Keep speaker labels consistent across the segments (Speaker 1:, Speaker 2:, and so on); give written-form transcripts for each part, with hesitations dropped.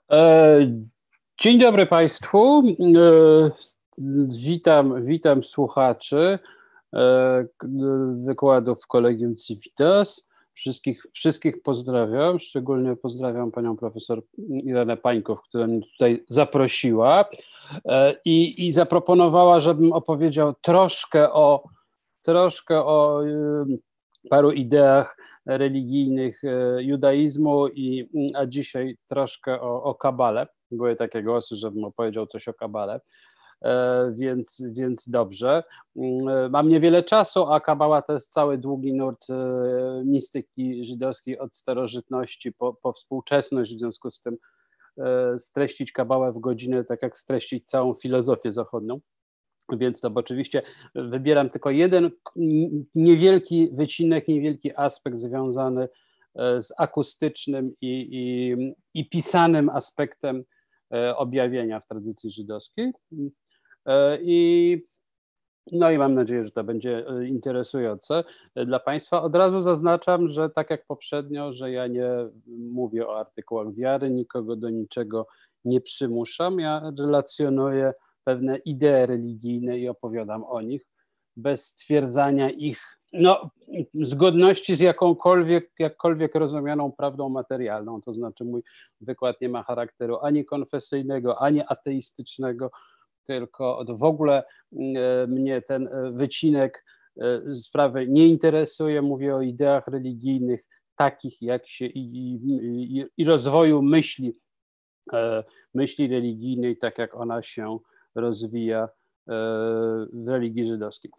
Speaker 1: E, Dzień dobry Państwu. Witam słuchaczy wykładów Collegium Civitas. Wszystkich pozdrawiam. Szczególnie pozdrawiam panią profesor Irenę Pańków, która mnie tutaj zaprosiła i zaproponowała, żebym opowiedział troszkę o paru ideach religijnych judaizmu, a dzisiaj troszkę o Kabale. Były takie głosy, żebym opowiedział coś o Kabale, więc dobrze. Mam niewiele czasu, a Kabała to jest cały długi nurt mistyki żydowskiej od starożytności po współczesność, w związku z tym streścić Kabałę w godzinę, tak jak streścić całą filozofię zachodnią. Więc to oczywiście wybieram tylko jeden niewielki wycinek, niewielki aspekt związany z akustycznym i pisanym aspektem objawienia w tradycji żydowskiej. No i mam nadzieję, że to będzie interesujące dla Państwa. Od razu zaznaczam, że tak jak poprzednio, że ja nie mówię o artykułach wiary, nikogo do niczego nie przymuszam. Ja relacjonuję pewne idee religijne i opowiadam o nich bez stwierdzania ich zgodności z jakkolwiek rozumianą prawdą materialną. To znaczy mój wykład nie ma charakteru ani konfesyjnego, ani ateistycznego, tylko w ogóle mnie ten wycinek sprawy nie interesuje. Mówię o ideach religijnych takich jak się i rozwoju myśli religijnej, tak jak ona się rozwija w religii żydowskiej.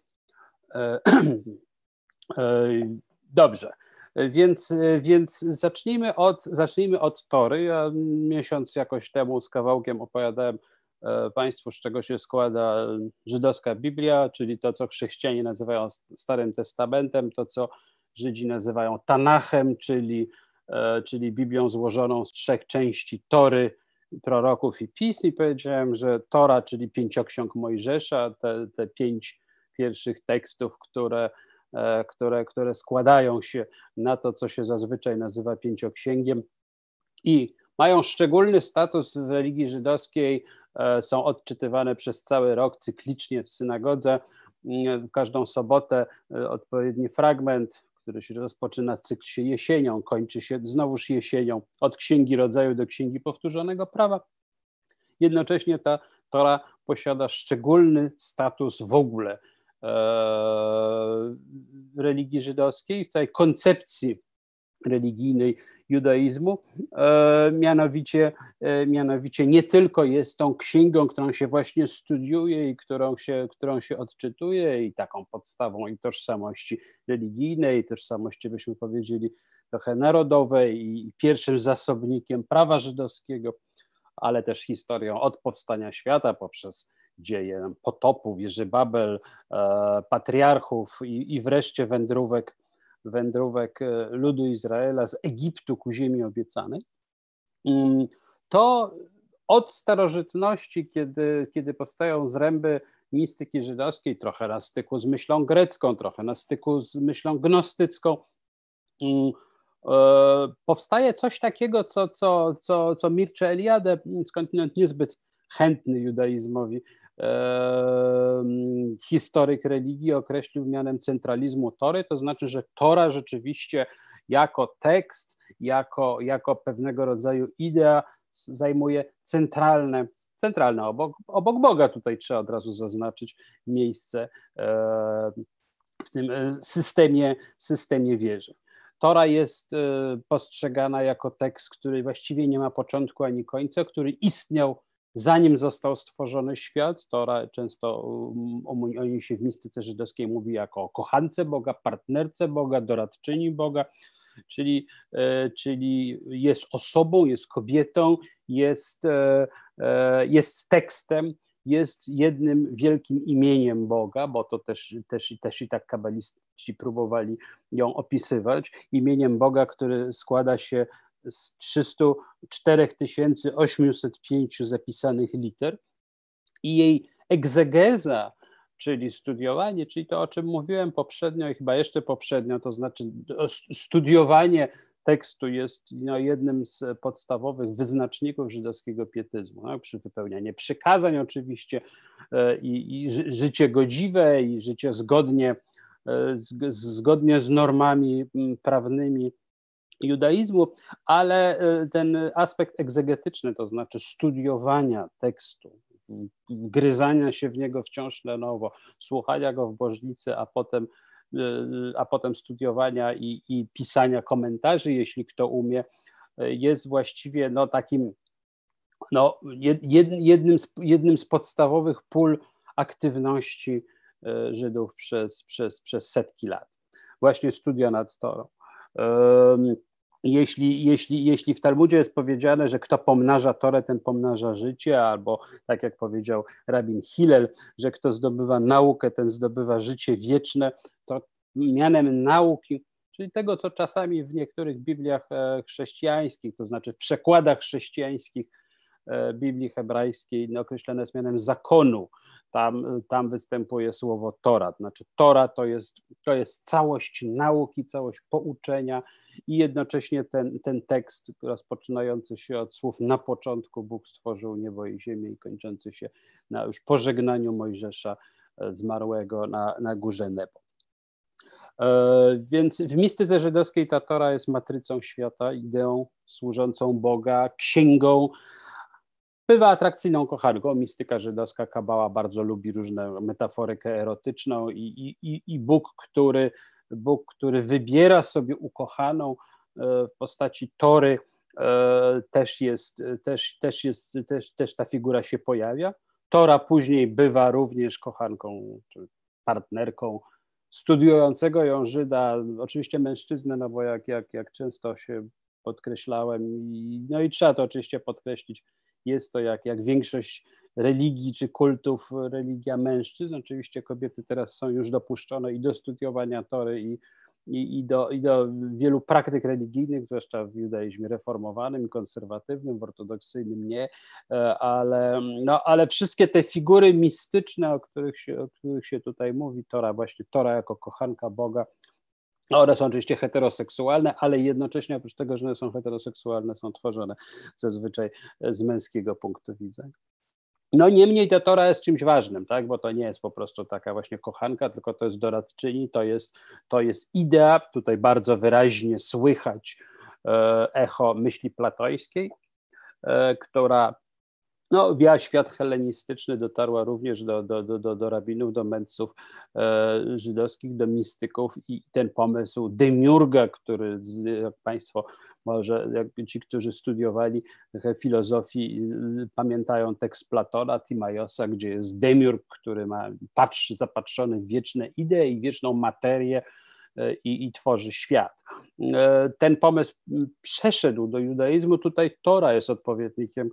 Speaker 1: Dobrze, więc zacznijmy od Tory. Ja miesiąc jakoś temu z kawałkiem opowiadałem Państwu, z czego się składa żydowska Biblia, czyli to, co chrześcijanie nazywają Starym Testamentem, to, co Żydzi nazywają Tanachem, czyli Biblią złożoną z 3 części Tory, proroków i pism, i powiedziałem, że Tora, czyli 5 ksiąg Mojżesza, te 5 pierwszych tekstów, które składają się na to, co się zazwyczaj nazywa pięcioksięgiem i mają szczególny status w religii żydowskiej, są odczytywane przez cały rok cyklicznie w synagodze. W każdą sobotę odpowiedni fragment, który się rozpoczyna, cykl się jesienią, kończy się znowuż jesienią, od Księgi Rodzaju do Księgi Powtórzonego Prawa. Jednocześnie ta Tora posiada szczególny status w ogóle religii żydowskiej, w całej koncepcji religijnej judaizmu, mianowicie nie tylko jest tą księgą, którą się właśnie studiuje i którą się odczytuje, i taką podstawą i tożsamości religijnej, tożsamości, byśmy powiedzieli, trochę narodowej, i pierwszym zasobnikiem prawa żydowskiego, ale też historią od powstania świata poprzez dzieje potopu, wieży Babel, patriarchów i wreszcie wędrówek ludu Izraela z Egiptu ku ziemi obiecanej. To od starożytności, kiedy powstają zręby mistyki żydowskiej, trochę na styku z myślą grecką, trochę na styku z myślą gnostycką, powstaje coś takiego, co Mircea Eliade, skądinąd niezbyt chętny judaizmowi historyk religii, określił mianem centralizmu Tory, to znaczy, że Tora rzeczywiście jako tekst, jako pewnego rodzaju idea zajmuje centralne obok Boga, tutaj trzeba od razu zaznaczyć, miejsce w tym systemie wierzy. Tora jest postrzegana jako tekst, który właściwie nie ma początku ani końca, który istniał zanim został stworzony świat. Tora często o niej się w mistyce żydowskiej mówi jako o kochance Boga, partnerce Boga, doradczyni Boga, czyli jest osobą, jest kobietą, jest tekstem, jest jednym wielkim imieniem Boga, bo to też i tak kabaliści próbowali ją opisywać, imieniem Boga, który składa się z 304 805 zapisanych liter, i jej egzegeza, czyli studiowanie, czyli to, o czym mówiłem poprzednio i chyba jeszcze poprzednio, to znaczy studiowanie tekstu jest jednym z podstawowych wyznaczników żydowskiego pietyzmu. Przy wypełnianie przykazań oczywiście i życie godziwe i życie zgodnie z normami prawnymi judaizmu, ale ten aspekt egzegetyczny, to znaczy studiowania tekstu, wgryzania się w niego wciąż na nowo, słuchania go w bożnicy, a potem studiowania i pisania komentarzy, jeśli kto umie, jest właściwie takim jednym z podstawowych pól aktywności Żydów przez setki lat. Właśnie studia nad Torą. Jeśli w Talmudzie jest powiedziane, że kto pomnaża Torę, ten pomnaża życie, albo tak jak powiedział rabin Hillel, że kto zdobywa naukę, ten zdobywa życie wieczne, to mianem nauki, czyli tego, co czasami w niektórych Bibliach chrześcijańskich, to znaczy w przekładach chrześcijańskich Biblii hebrajskiej określone jest mianem zakonu. Tam występuje słowo Tora. Znaczy Tora to jest całość nauki, całość pouczenia i jednocześnie ten tekst rozpoczynający się od słów na początku Bóg stworzył niebo i ziemię i kończący się na już pożegnaniu Mojżesza zmarłego na górze Nebo. Więc w mistyce żydowskiej ta Tora jest matrycą świata, ideą służącą Boga, księgą. Bywa atrakcyjną kochanką. Mistyka żydowska, kabała bardzo lubi różne metaforykę erotyczną i Bóg, który wybiera sobie ukochaną w postaci Tory, też ta figura się pojawia. Tora później bywa również kochanką czy partnerką studiującego ją Żyda, oczywiście mężczyznę, no bo jak często się podkreślałem i trzeba to oczywiście podkreślić, jest to jak większość religii czy kultów religia mężczyzn. Oczywiście kobiety teraz są już dopuszczone i do studiowania Tory i do wielu praktyk religijnych, zwłaszcza w judaizmie reformowanym, konserwatywnym, w ortodoksyjnym nie, ale wszystkie te figury mistyczne, o których się tutaj mówi, Tora jako kochanka Boga, one są oczywiście heteroseksualne, ale jednocześnie oprócz tego, że one są heteroseksualne, są tworzone zazwyczaj z męskiego punktu widzenia. Niemniej ta Tora jest czymś ważnym, tak? Bo to nie jest po prostu taka właśnie kochanka, tylko to jest doradczyni, to jest idea, tutaj bardzo wyraźnie słychać echo myśli platońskiej, która via świat hellenistyczny, dotarła również do rabinów, do mędrców żydowskich, do mistyków i ten pomysł demiurga, który, jak Państwo może, jak ci, którzy studiowali filozofii, pamiętają tekst Platona, Timaiosa, gdzie jest demiurg, który patrzy zapatrzony w wieczne idee i wieczną materię i tworzy świat. Ten pomysł przeszedł do judaizmu, tutaj Tora jest odpowiednikiem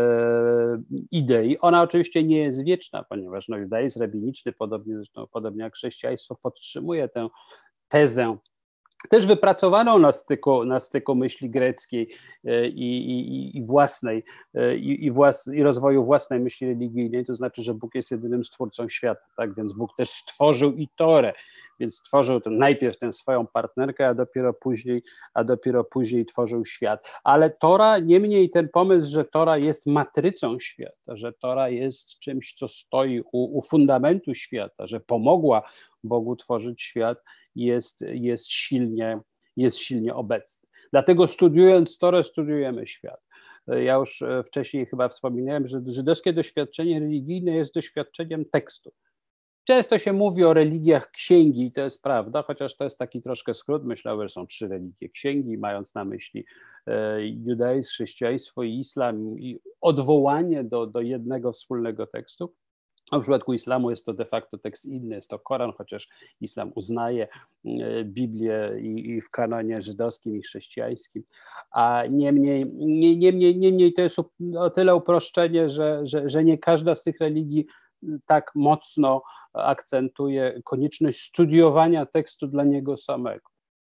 Speaker 1: idei. Ona oczywiście nie jest wieczna, ponieważ judaizm rabiniczny, podobnie jak chrześcijaństwo, podtrzymuje tę tezę, też wypracowaną na styku myśli greckiej i własnej, i rozwoju własnej myśli religijnej, to znaczy, że Bóg jest jedynym stwórcą świata, tak? Więc Bóg też stworzył i Torę, więc stworzył najpierw tę swoją partnerkę, a dopiero później tworzył świat. Ale Tora, niemniej ten pomysł, że Tora jest matrycą świata, że Tora jest czymś, co stoi u fundamentu świata, że pomogła Bogu tworzyć świat, jest silnie obecny. Dlatego studiując Torę, studiujemy świat. Ja już wcześniej chyba wspominałem, że żydowskie doświadczenie religijne jest doświadczeniem tekstu. Często się mówi o religiach księgi i to jest prawda, chociaż to jest taki troszkę skrót. Myślałem, że są 3 religie księgi, mając na myśli judaizm, chrześcijaństwo i islam i odwołanie do jednego wspólnego tekstu. A w przypadku islamu jest to de facto tekst inny, jest to Koran, chociaż islam uznaje Biblię i w kanonie żydowskim i chrześcijańskim. A niemniej to jest o tyle uproszczenie, że nie każda z tych religii tak mocno akcentuje konieczność studiowania tekstu dla niego samego.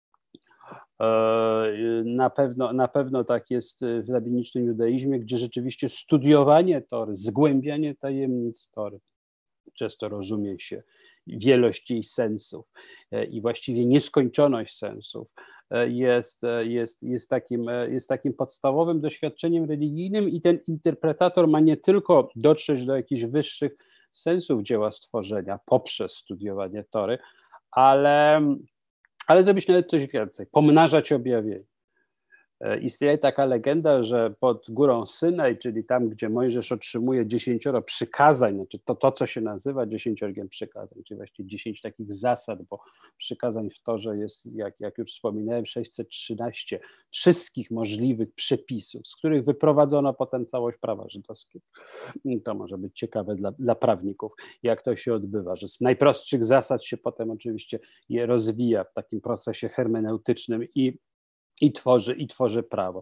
Speaker 1: Na pewno tak jest w rabinicznym judaizmie, gdzie rzeczywiście studiowanie Tory, zgłębianie tajemnic Tory, często rozumie się wielość jej sensów i właściwie nieskończoność sensów, jest takim podstawowym doświadczeniem religijnym i ten interpretator ma nie tylko dotrzeć do jakichś wyższych sensów dzieła stworzenia poprzez studiowanie Tory, ale zrobić nawet coś więcej, pomnażać objawienie. Istnieje taka legenda, że pod górą Synaj, czyli tam, gdzie Mojżesz otrzymuje 10 przykazań, znaczy to, co się nazywa 10 przykazań, czyli właściwie 10 takich zasad, bo przykazań w Torze jest, jak już wspominałem, 613 wszystkich możliwych przepisów, z których wyprowadzono potem całość prawa żydowskiego. To może być ciekawe dla prawników, jak to się odbywa, że z najprostszych zasad się potem oczywiście je rozwija w takim procesie hermeneutycznym i tworzy prawo.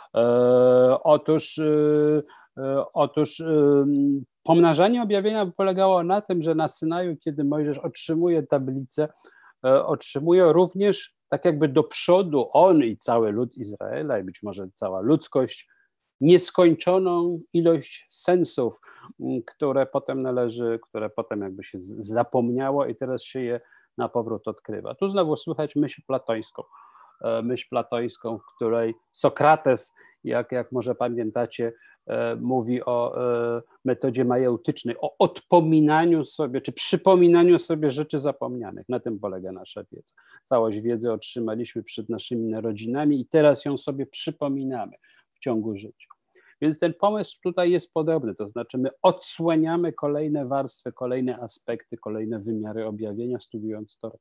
Speaker 1: Otóż pomnażanie objawienia polegało na tym, że na Synaju, kiedy Mojżesz otrzymuje tablicę, otrzymuje również tak jakby do przodu on i cały lud Izraela i być może cała ludzkość nieskończoną ilość sensów, które potem jakby się zapomniało i teraz się je na powrót odkrywa. Tu znowu słychać myśl platońską, w której Sokrates, jak może pamiętacie, mówi o metodzie majeutycznej, o odpominaniu sobie, czy przypominaniu sobie rzeczy zapomnianych. Na tym polega nasza wiedza. Całość wiedzy otrzymaliśmy przed naszymi narodzinami i teraz ją sobie przypominamy w ciągu życia. Więc ten pomysł tutaj jest podobny, to znaczy my odsłaniamy kolejne warstwy, kolejne aspekty, kolejne wymiary objawienia, studiując Torę.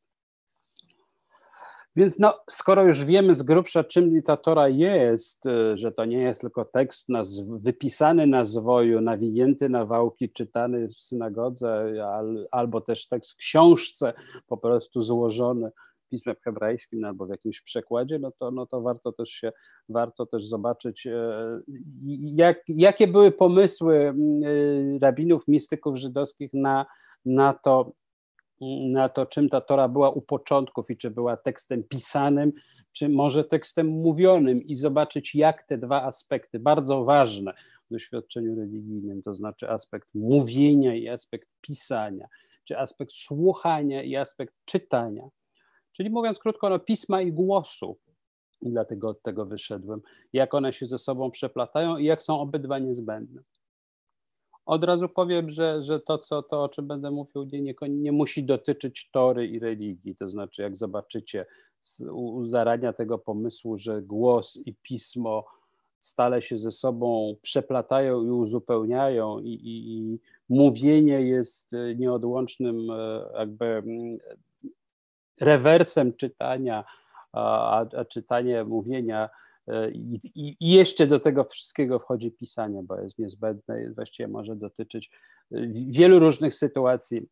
Speaker 1: Więc skoro już wiemy z grubsza, czym ta Tora jest, że to nie jest tylko tekst wypisany na zwoju, nawinięty na wałki, czytany w synagodze, albo też tekst w książce, po prostu złożony pismem hebrajskim albo w jakimś przekładzie, no to warto też zobaczyć, jakie były pomysły rabinów, mistyków żydowskich na to, czym ta Tora była u początków i czy była tekstem pisanym, czy może tekstem mówionym i zobaczyć, jak te dwa aspekty, bardzo ważne w doświadczeniu religijnym, to znaczy aspekt mówienia i aspekt pisania, czy aspekt słuchania i aspekt czytania, czyli mówiąc krótko, pisma i głosu, i dlatego od tego wyszedłem, jak one się ze sobą przeplatają i jak są obydwa niezbędne. Od razu powiem, że to, o czym będę mówił, nie musi dotyczyć Tory i religii. To znaczy, jak zobaczycie u zarania tego pomysłu, że głos i pismo stale się ze sobą przeplatają i uzupełniają i mówienie jest nieodłącznym jakby rewersem czytania, a czytanie mówienia i jeszcze do tego wszystkiego wchodzi pisanie, bo jest niezbędne, właściwie może dotyczyć wielu różnych sytuacji,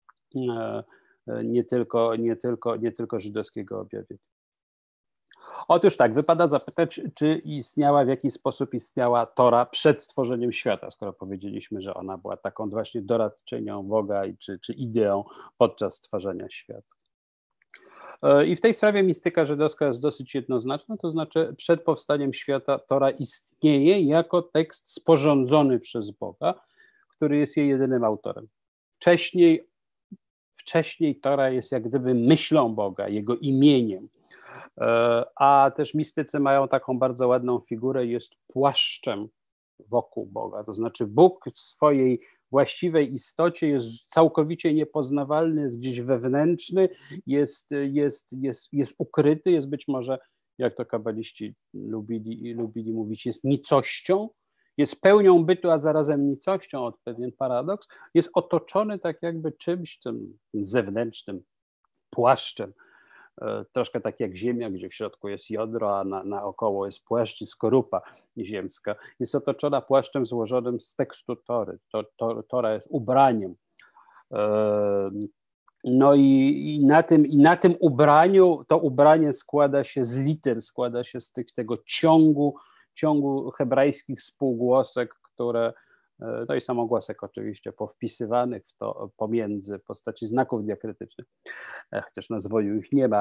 Speaker 1: nie tylko żydowskiego objawienia. Otóż tak, wypada zapytać, czy w jaki sposób istniała Tora przed stworzeniem świata, skoro powiedzieliśmy, że ona była taką właśnie doradczynią Boga czy ideą podczas stwarzania świata. I w tej sprawie mistyka żydowska jest dosyć jednoznaczna, to znaczy przed powstaniem świata Tora istnieje jako tekst sporządzony przez Boga, który jest jej jedynym autorem. Wcześniej Tora jest jak gdyby myślą Boga, jego imieniem, a też mistycy mają taką bardzo ładną figurę, jest płaszczem wokół Boga, to znaczy Bóg w swojej właściwej istocie jest całkowicie niepoznawalny, jest gdzieś wewnętrzny, jest ukryty, jest być może, jak to kabaliści lubili mówić, jest nicością, jest pełnią bytu, a zarazem nicością, pewien paradoks, jest otoczony tak jakby czymś tym zewnętrznym płaszczem, troszkę tak jak Ziemia, gdzie w środku jest jądro, a naokoło jest płaszcz i skorupa ziemska. Jest otoczona płaszczem złożonym z tekstu Tory. Tora jest ubraniem. No i na tym ubraniu, to ubranie składa się z liter, składa się z tego ciągu hebrajskich spółgłosek, które, no i samogłosek oczywiście powpisywanych w to pomiędzy postaci znaków diakrytycznych, chociaż na zwoju ich nie ma,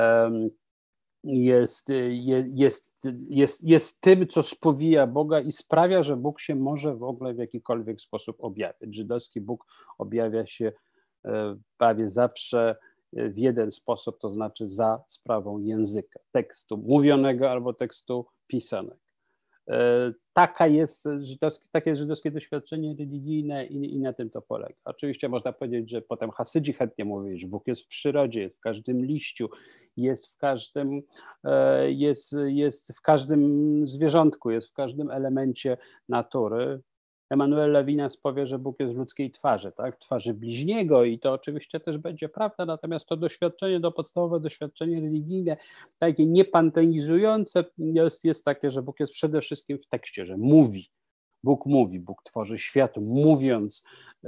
Speaker 1: jest tym, co spowija Boga i sprawia, że Bóg się może w ogóle w jakikolwiek sposób objawiać. Żydowski Bóg objawia się prawie zawsze w jeden sposób, to znaczy za sprawą języka, tekstu mówionego albo tekstu pisanego. Takie jest żydowskie doświadczenie religijne i na tym to polega. Oczywiście można powiedzieć, że potem Hasydzi chętnie mówią, że Bóg jest w przyrodzie, jest w każdym liściu, jest w każdym zwierzątku, jest w każdym elemencie natury. Emmanuel Levinas powie, że Bóg jest w ludzkiej twarzy, tak? Twarzy bliźniego i to oczywiście też będzie prawda, natomiast to doświadczenie, to podstawowe doświadczenie religijne, takie niepanteizujące jest takie, że Bóg jest przede wszystkim w tekście, że mówi, Bóg tworzy świat mówiąc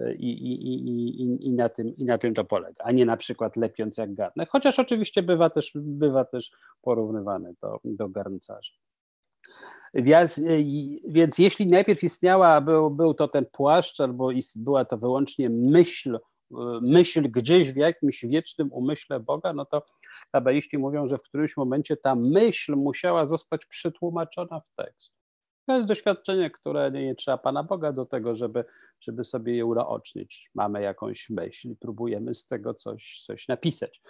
Speaker 1: i na tym to polega, a nie na przykład lepiąc jak garnek, chociaż oczywiście bywa też porównywany do garncarzy. Więc jeśli najpierw istniała, był to ten płaszcz, albo była to wyłącznie myśl gdzieś w jakimś wiecznym umyśle Boga, no to kabaliści mówią, że w którymś momencie ta myśl musiała zostać przetłumaczona w tekst. To jest doświadczenie, które nie trzeba Pana Boga do tego, żeby sobie je unaocznić. Mamy jakąś myśl i próbujemy z tego coś napisać.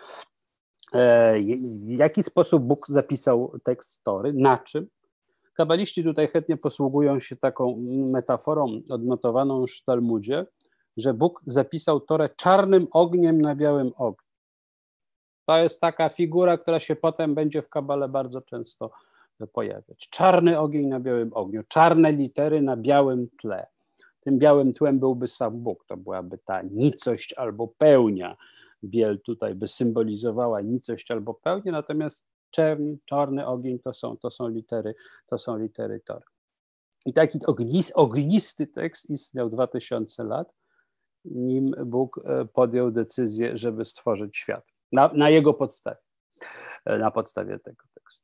Speaker 1: W jaki sposób Bóg zapisał tekst Tory? Na czym? Kabaliści tutaj chętnie posługują się taką metaforą odnotowaną już w Talmudzie, że Bóg zapisał Torę czarnym ogniem na białym ogniu. To jest taka figura, która się potem będzie w Kabale bardzo często pojawiać. Czarny ogień na białym ogniu, czarne litery na białym tle. Tym białym tłem byłby sam Bóg, to byłaby ta nicość albo pełnia. Biel tutaj by symbolizowała nicość albo pełnię, natomiast czarny ogień to są litery Tory. I taki ognisty tekst istniał 2000 lat, nim Bóg podjął decyzję, żeby stworzyć świat. Na jego podstawie, na podstawie tego tekstu.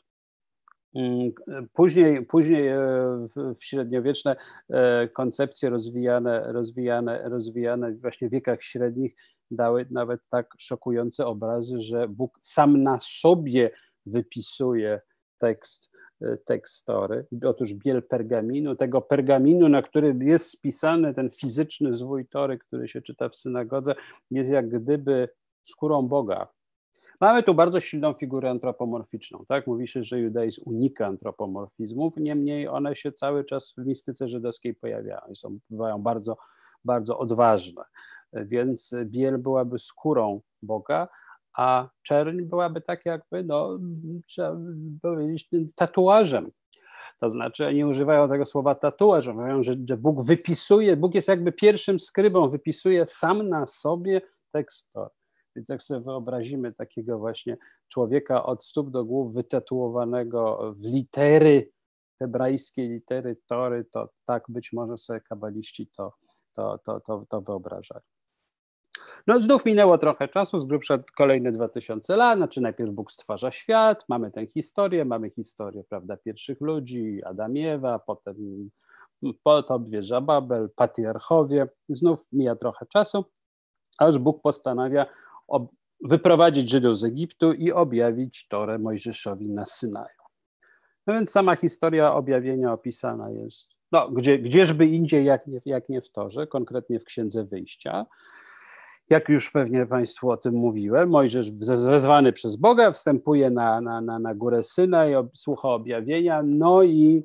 Speaker 1: Później w średniowieczne koncepcje rozwijane właśnie w wiekach średnich dały nawet tak szokujące obrazy, że Bóg sam na sobie wypisuje tekst Tory. Otóż biel pergaminu, tego pergaminu, na którym jest spisany ten fizyczny zwój Tory, który się czyta w synagodze, jest jak gdyby skórą Boga. Mamy tu bardzo silną figurę antropomorficzną. Tak? Mówi się, że judaizm unika antropomorfizmów, niemniej one się cały czas w mistyce żydowskiej pojawiają i bywają bardzo, bardzo odważne. Więc biel byłaby skórą Boga, a czerń byłaby tak jakby, no, trzeba powiedzieć, tatuażem. To znaczy nie używają tego słowa tatuaż, mówią, że Bóg wypisuje, Bóg jest jakby pierwszym skrybą, wypisuje sam na sobie tekst Tory. Więc jak sobie wyobrazimy takiego właśnie człowieka od stóp do głów wytatuowanego w litery, hebrajskie litery Tory, to tak być może sobie kabaliści to wyobrażali. No znów minęło trochę czasu, z grubsza kolejne 2000 lat, znaczy najpierw Bóg stwarza świat, mamy tę historię, prawda, pierwszych ludzi, Adam i Ewa, potem potop, wieża Babel, patriarchowie, znów mija trochę czasu, aż Bóg postanawia wyprowadzić Żydów z Egiptu i objawić Torę Mojżeszowi na Synaju. No więc sama historia objawienia opisana jest, no gdzieżby indziej jak nie w Torze, konkretnie w Księdze Wyjścia. Jak już pewnie Państwu o tym mówiłem, Mojżesz wezwany przez Boga wstępuje na górę Synaj, słucha objawienia, no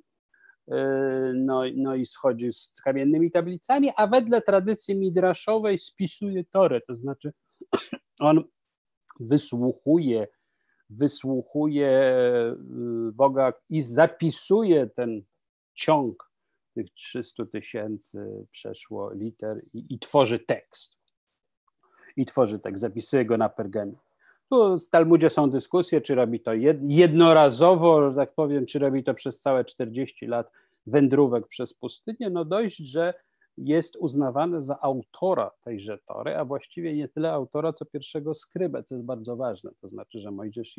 Speaker 1: i schodzi z kamiennymi tablicami, a wedle tradycji midraszowej spisuje Torę, to znaczy on wysłuchuje Boga i zapisuje ten ciąg tych 300 000 przeszło liter i tworzy tekst. Zapisuje go na pergamin. Tu w Talmudzie są dyskusje, czy robi to jednorazowo, że tak powiem, czy robi to przez całe 40 lat wędrówek przez pustynię. No dość, że jest uznawany za autora tejże Tory, a właściwie nie tyle autora, co pierwszego skrybę, co jest bardzo ważne. To znaczy, że Mojżesz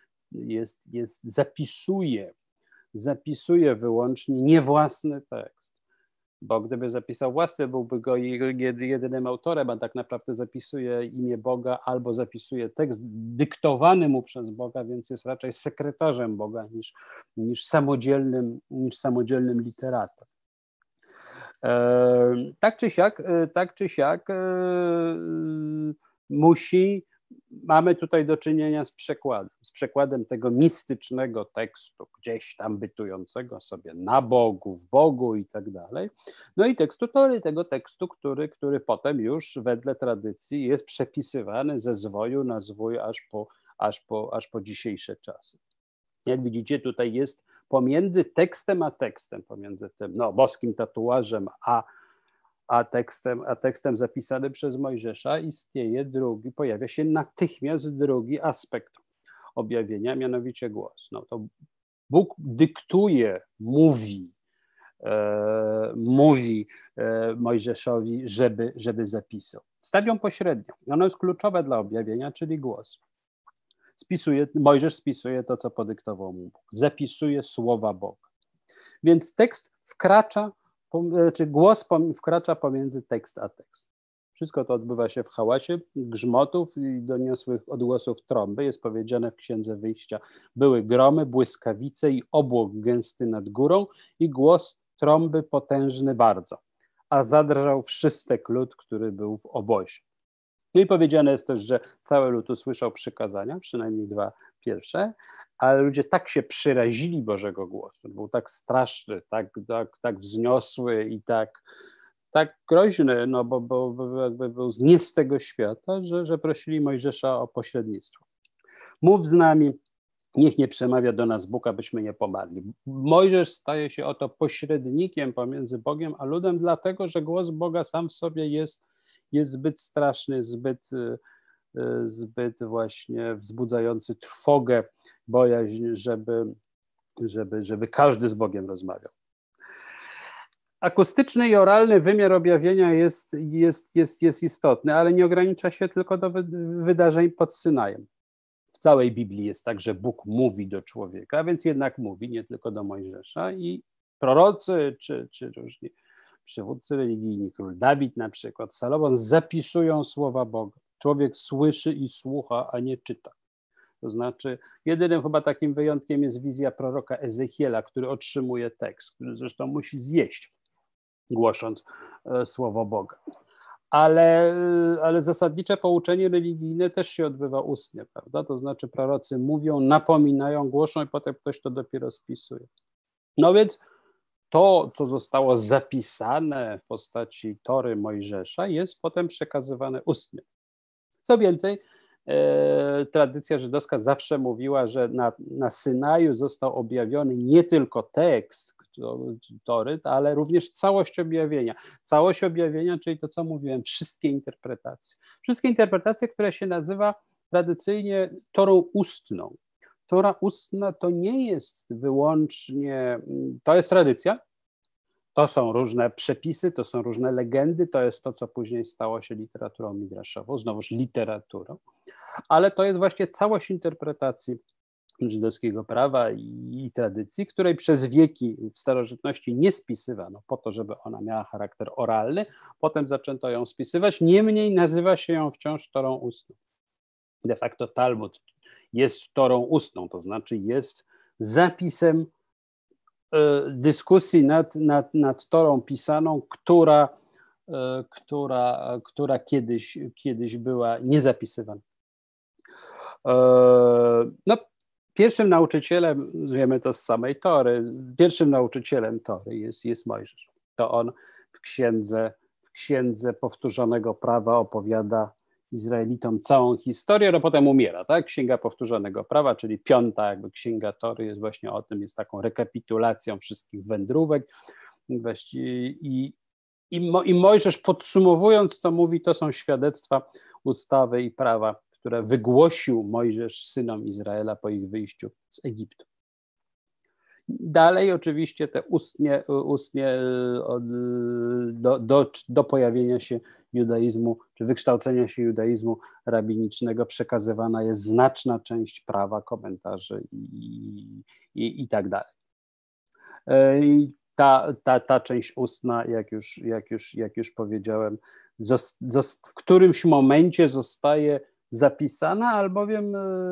Speaker 1: zapisuje wyłącznie nie własny tekst. Bo gdyby zapisał własny, byłby go jedynym autorem, a tak naprawdę zapisuje imię Boga albo zapisuje tekst dyktowany mu przez Boga, więc jest raczej sekretarzem Boga niż samodzielnym literatem. Tak czy siak musi mamy tutaj do czynienia z przekładem tego mistycznego tekstu, gdzieś tam bytującego sobie na Bogu, w Bogu i tak dalej. No i tekstu Tory, tego tekstu, który potem już wedle tradycji jest przepisywany ze zwoju na zwój aż po dzisiejsze czasy. Jak widzicie, tutaj jest pomiędzy tekstem a tekstem, pomiędzy tym boskim tatuażem a tekstem zapisanym przez Mojżesza pojawia się natychmiast drugi aspekt objawienia, mianowicie głos. No to Bóg dyktuje, mówi Mojżeszowi, żeby zapisał. Stadium pośrednie, ono jest kluczowe dla objawienia, czyli głos. Mojżesz spisuje to, co podyktował mu Bóg. Zapisuje słowa Boga. Więc tekst głos wkracza pomiędzy tekst a tekst. Wszystko to odbywa się w hałasie grzmotów i doniosłych odgłosów trąby. Jest powiedziane w Księdze Wyjścia: były gromy, błyskawice i obłok gęsty nad górą i głos trąby potężny bardzo, a zadrżał wszystek lud, który był w obozie. No i powiedziane jest też, że cały lud usłyszał przykazania, przynajmniej dwa pierwsze, ale ludzie tak się przyrazili Bożego głosu, był tak straszny, tak wzniosły i tak groźny, bo jakby był nie z tego świata, że prosili Mojżesza o pośrednictwo. Mów z nami, niech nie przemawia do nas Bóg, abyśmy nie pomarli. Mojżesz staje się oto pośrednikiem pomiędzy Bogiem a ludem, dlatego że głos Boga sam w sobie jest zbyt straszny, zbyt właśnie wzbudzający trwogę, bojaźń, żeby każdy z Bogiem rozmawiał. Akustyczny i oralny wymiar objawienia jest istotny, ale nie ogranicza się tylko do wydarzeń pod Synajem. W całej Biblii jest tak, że Bóg mówi do człowieka, więc jednak mówi nie tylko do Mojżesza, i prorocy czy różni przywódcy religijni, król Dawid na przykład, Salomon, zapisują słowa Boga. Człowiek słyszy i słucha, a nie czyta. To znaczy, jedynym chyba takim wyjątkiem jest wizja proroka Ezechiela, który otrzymuje tekst, który zresztą musi zjeść, głosząc słowo Boga. Ale zasadnicze pouczenie religijne też się odbywa ustnie, prawda? To znaczy prorocy mówią, napominają, głoszą i potem ktoś to dopiero spisuje. No więc to, co zostało zapisane w postaci Tory Mojżesza, jest potem przekazywane ustnie. Co więcej, tradycja żydowska zawsze mówiła, że na Synaju został objawiony nie tylko tekst Tory, ale również całość objawienia. Całość objawienia, czyli to, co mówiłem, wszystkie interpretacje. Wszystkie interpretacje, które się nazywa tradycyjnie Torą ustną. Tora ustna to nie jest wyłącznie, to jest tradycja, to są różne przepisy, to są różne legendy, to jest to, co później stało się literaturą midraszową, znowuż literaturą, ale to jest właśnie całość interpretacji żydowskiego prawa i tradycji, której przez wieki w starożytności nie spisywano po to, żeby ona miała charakter oralny, potem zaczęto ją spisywać, niemniej nazywa się ją wciąż Torą ustną. De facto Talmud jest Torą ustną, to znaczy jest zapisem dyskusji nad Torą pisaną, która kiedyś była niezapisywana. No, pierwszym nauczycielem, wiemy to z samej Tory, pierwszym nauczycielem Tory jest Mojżesz. To on w księdze powtórzonego prawa opowiada Izraelitom całą historię, no potem umiera, tak? Księga powtórzonego prawa, czyli piąta jakby księga Tory jest właśnie o tym, jest taką rekapitulacją wszystkich wędrówek. I Mojżesz, podsumowując to, mówi, to są świadectwa ustawy i prawa, które wygłosił Mojżesz synom Izraela po ich wyjściu z Egiptu. Dalej oczywiście te ustnie do pojawienia się judaizmu, czy wykształcenia się judaizmu rabinicznego przekazywana jest znaczna część prawa, komentarzy i tak dalej. Ta część ustna, jak już powiedziałem, w którymś momencie zostaje zapisana, albowiem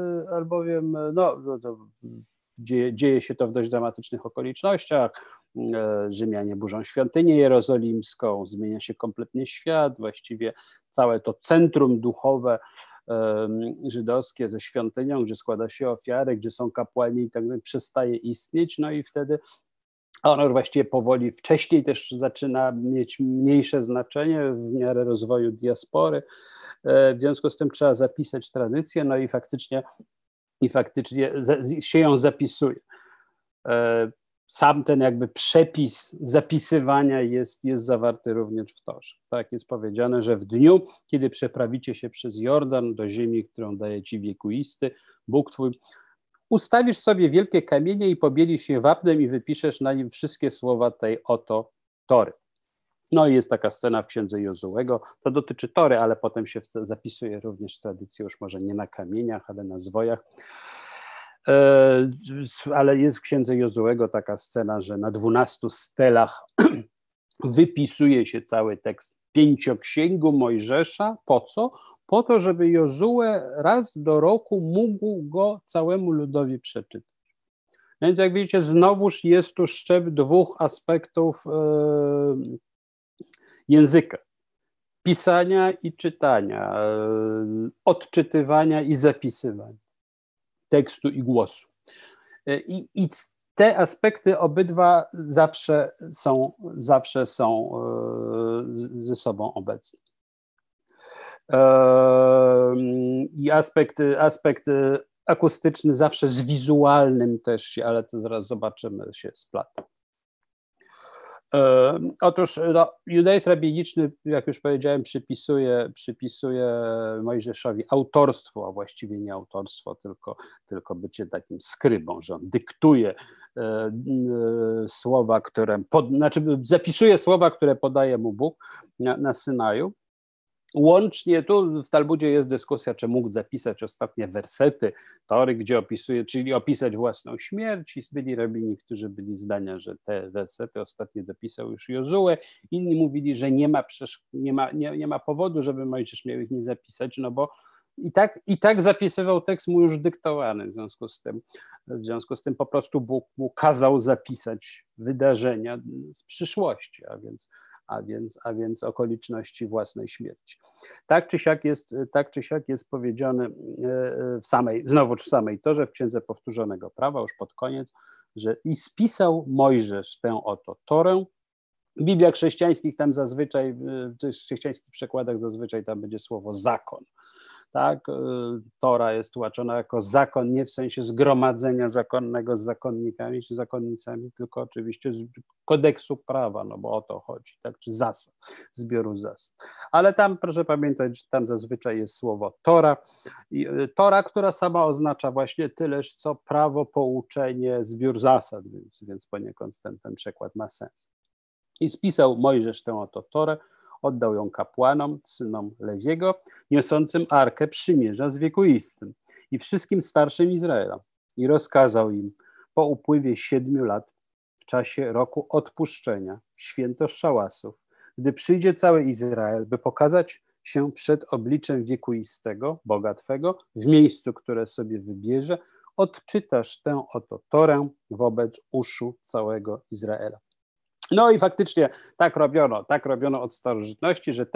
Speaker 1: dzieje się to w dość dramatycznych okolicznościach. Rzymianie burzą świątynię jerozolimską, zmienia się kompletnie świat, właściwie całe to centrum duchowe żydowskie ze świątynią, gdzie składa się ofiary, gdzie są kapłani i tak dalej, przestaje istnieć, no i wtedy honor właściwie powoli wcześniej też zaczyna mieć mniejsze znaczenie w miarę rozwoju diaspory. W związku z tym trzeba zapisać tradycję, no i faktycznie się ją zapisuje. Sam ten jakby przepis zapisywania jest zawarty również w Torze. Tak jest powiedziane, że w dniu, kiedy przeprawicie się przez Jordan do ziemi, którą daje ci wiekuisty, Bóg twój, ustawisz sobie wielkie kamienie i pobielisz je wapnem i wypiszesz na nim wszystkie słowa tej oto Tory. No i jest taka scena w księdze Jozułego, to dotyczy Tory, ale potem się zapisuje również tradycję, już może nie na kamieniach, ale na zwojach. Ale jest w księdze Jozułego taka scena, że na 12 stelach wypisuje się cały tekst pięcioksięgu Mojżesza. Po co? Po to, żeby Jozue raz do roku mógł go całemu ludowi przeczytać. Więc jak widzicie, znowuż jest tu szczep dwóch aspektów języka. Pisania i czytania, odczytywania i zapisywania tekstu i głosu. I te aspekty obydwa zawsze są ze sobą obecne. I aspekt akustyczny zawsze z wizualnym też, ale to zaraz zobaczymy, się splata. Otóż judaizm rabiniczny, jak już powiedziałem, przypisuje Mojżeszowi autorstwo, a właściwie nie autorstwo, tylko bycie takim skrybą, że on dyktuje słowa, zapisuje słowa, które podaje mu Bóg na Synaju. Łącznie tu w Talmudzie jest dyskusja, czy mógł zapisać ostatnie wersety Tory, gdzie opisuje, czyli opisać własną śmierć, i byli rabini, którzy byli zdania, że te wersety ostatnie dopisał już Jozue, inni mówili, że nie ma powodu, żeby Mojżesz miał ich nie zapisać, no bo i tak zapisywał tekst mu już dyktowany, w związku z tym po prostu Bóg mu kazał zapisać wydarzenia z przyszłości, a więc okoliczności własnej śmierci. Tak czy siak jest powiedziane w samej Torze, w Księdze Powtórzonego Prawa, już pod koniec, że i spisał Mojżesz tę oto Torę. W Bibliach chrześcijańskich tam zazwyczaj, w chrześcijańskich przekładach zazwyczaj tam będzie słowo zakon. Tak? Tora jest tłumaczona jako zakon, nie w sensie zgromadzenia zakonnego z zakonnikami czy zakonnicami, tylko oczywiście z kodeksu prawa, no bo o to chodzi, tak? Czy zasad, zbioru zasad. Ale tam proszę pamiętać, że tam zazwyczaj jest słowo Tora. Tora, która sama oznacza właśnie tyleż, co prawo, pouczenie, zbiór zasad, więc poniekąd ten przekład ma sens. I spisał Mojżesz tę oto Torę, oddał ją kapłanom, synom Lewiego, niosącym Arkę Przymierza z wiekuistym i wszystkim starszym Izraela. I rozkazał im po upływie 7 lat, w czasie roku odpuszczenia, święto szałasów, gdy przyjdzie cały Izrael, by pokazać się przed obliczem wiekuistego, Boga Twego, w miejscu, które sobie wybierze, odczytasz tę oto Torę wobec uszu całego Izraela. No i faktycznie tak robiono od starożytności, że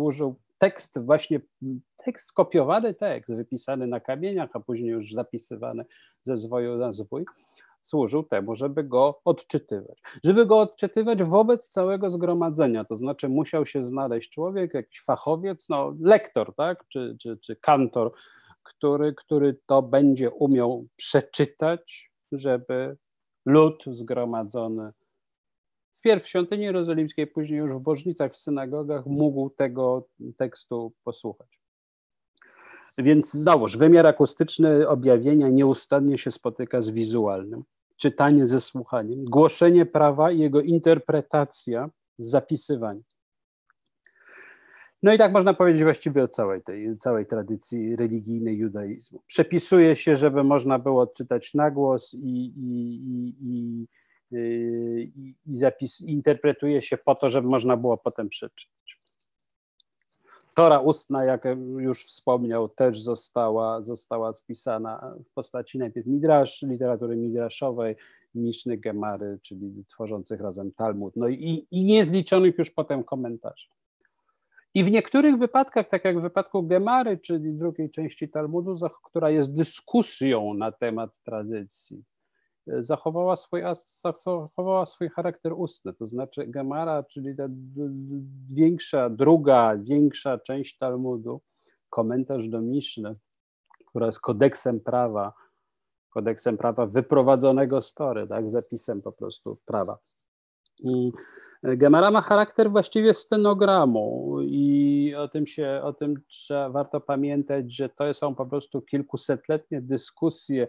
Speaker 1: tekst skopiowany tekst, wypisany na kamieniach, a później już zapisywany ze zwoju na zwój, służył temu, żeby go odczytywać. Żeby go odczytywać wobec całego zgromadzenia, to znaczy musiał się znaleźć człowiek, jakiś fachowiec, lektor, tak, czy kantor, który to będzie umiał przeczytać, żeby lud zgromadzony wpierw w świątyni jerozolimskiej, później już w bożnicach, w synagogach mógł tego tekstu posłuchać. Więc znowuż wymiar akustyczny objawienia nieustannie się spotyka z wizualnym. Czytanie ze słuchaniem, głoszenie prawa i jego interpretacja z zapisywaniem. No i tak można powiedzieć właściwie o całej tradycji religijnej judaizmu. Przepisuje się, żeby można było odczytać na głos i interpretuje się po to, żeby można było potem przeczytać. Tora ustna, jak już wspomniał, też została spisana w postaci najpierw midrasz, literatury midraszowej, Miszny, Gemary, czyli tworzących razem Talmud, no i niezliczonych już potem komentarzy. I w niektórych wypadkach, tak jak w wypadku Gemary, czyli drugiej części Talmudu, która jest dyskusją na temat tradycji, zachowała swój charakter ustny. To znaczy Gemara, czyli ta większa część Talmudu, komentarz do Miszny, która jest kodeksem prawa wyprowadzonego z Tory, tak, zapisem po prostu prawa. Gemara ma charakter właściwie stenogramu i o tym warto pamiętać, że to są po prostu kilkusetletnie dyskusje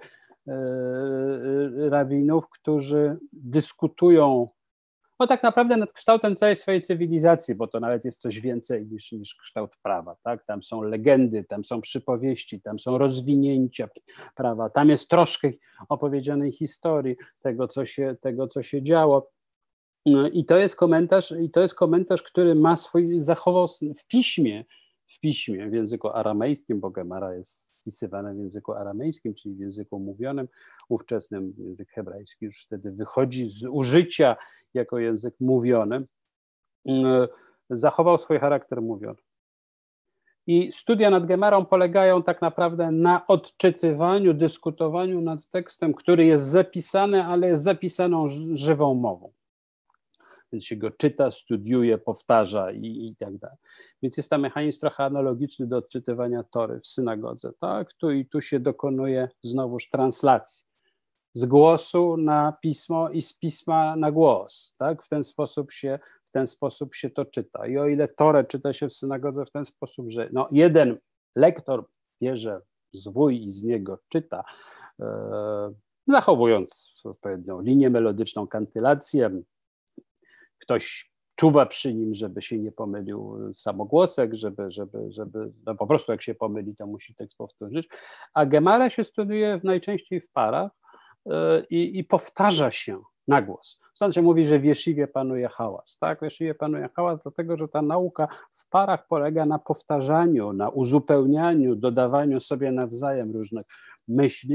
Speaker 1: rabinów, którzy dyskutują tak naprawdę nad kształtem całej swojej cywilizacji, bo to nawet jest coś więcej niż kształt prawa. Tak? Tam są legendy, tam są przypowieści, tam są rozwinięcia prawa, tam jest troszkę opowiedzianej historii tego, co się działo. I to jest komentarz, który zachował w piśmie w języku aramejskim, bo Gemara jest spisywana w języku aramejskim, czyli w języku mówionym, ówczesnym język hebrajski już wtedy wychodzi z użycia jako język mówiony, zachował swój charakter mówiony. I studia nad Gemarą polegają tak naprawdę na odczytywaniu, dyskutowaniu nad tekstem, który jest zapisany, ale jest zapisaną żywą mową. Więc się go czyta, studiuje, powtarza i tak dalej. Więc jest to mechanizm trochę analogiczny do odczytywania Tory w synagodze. Tak? Tu się dokonuje znowuż translacji z głosu na pismo i z pisma na głos. Tak? W ten sposób się to czyta. I o ile Torę czyta się w synagodze w ten sposób, że jeden lektor bierze zwój i z niego czyta, zachowując odpowiednią linię melodyczną, kantylację, ktoś czuwa przy nim, żeby się nie pomylił samogłosek, żeby po prostu jak się pomyli, to musi tekst powtórzyć. A Gemarę się studiuje najczęściej w parach i powtarza się na głos. Stąd się mówi, że w jeszywie panuje hałas. Tak? W jeszywie panuje hałas, dlatego że ta nauka w parach polega na powtarzaniu, na uzupełnianiu, dodawaniu sobie nawzajem różnych myśli,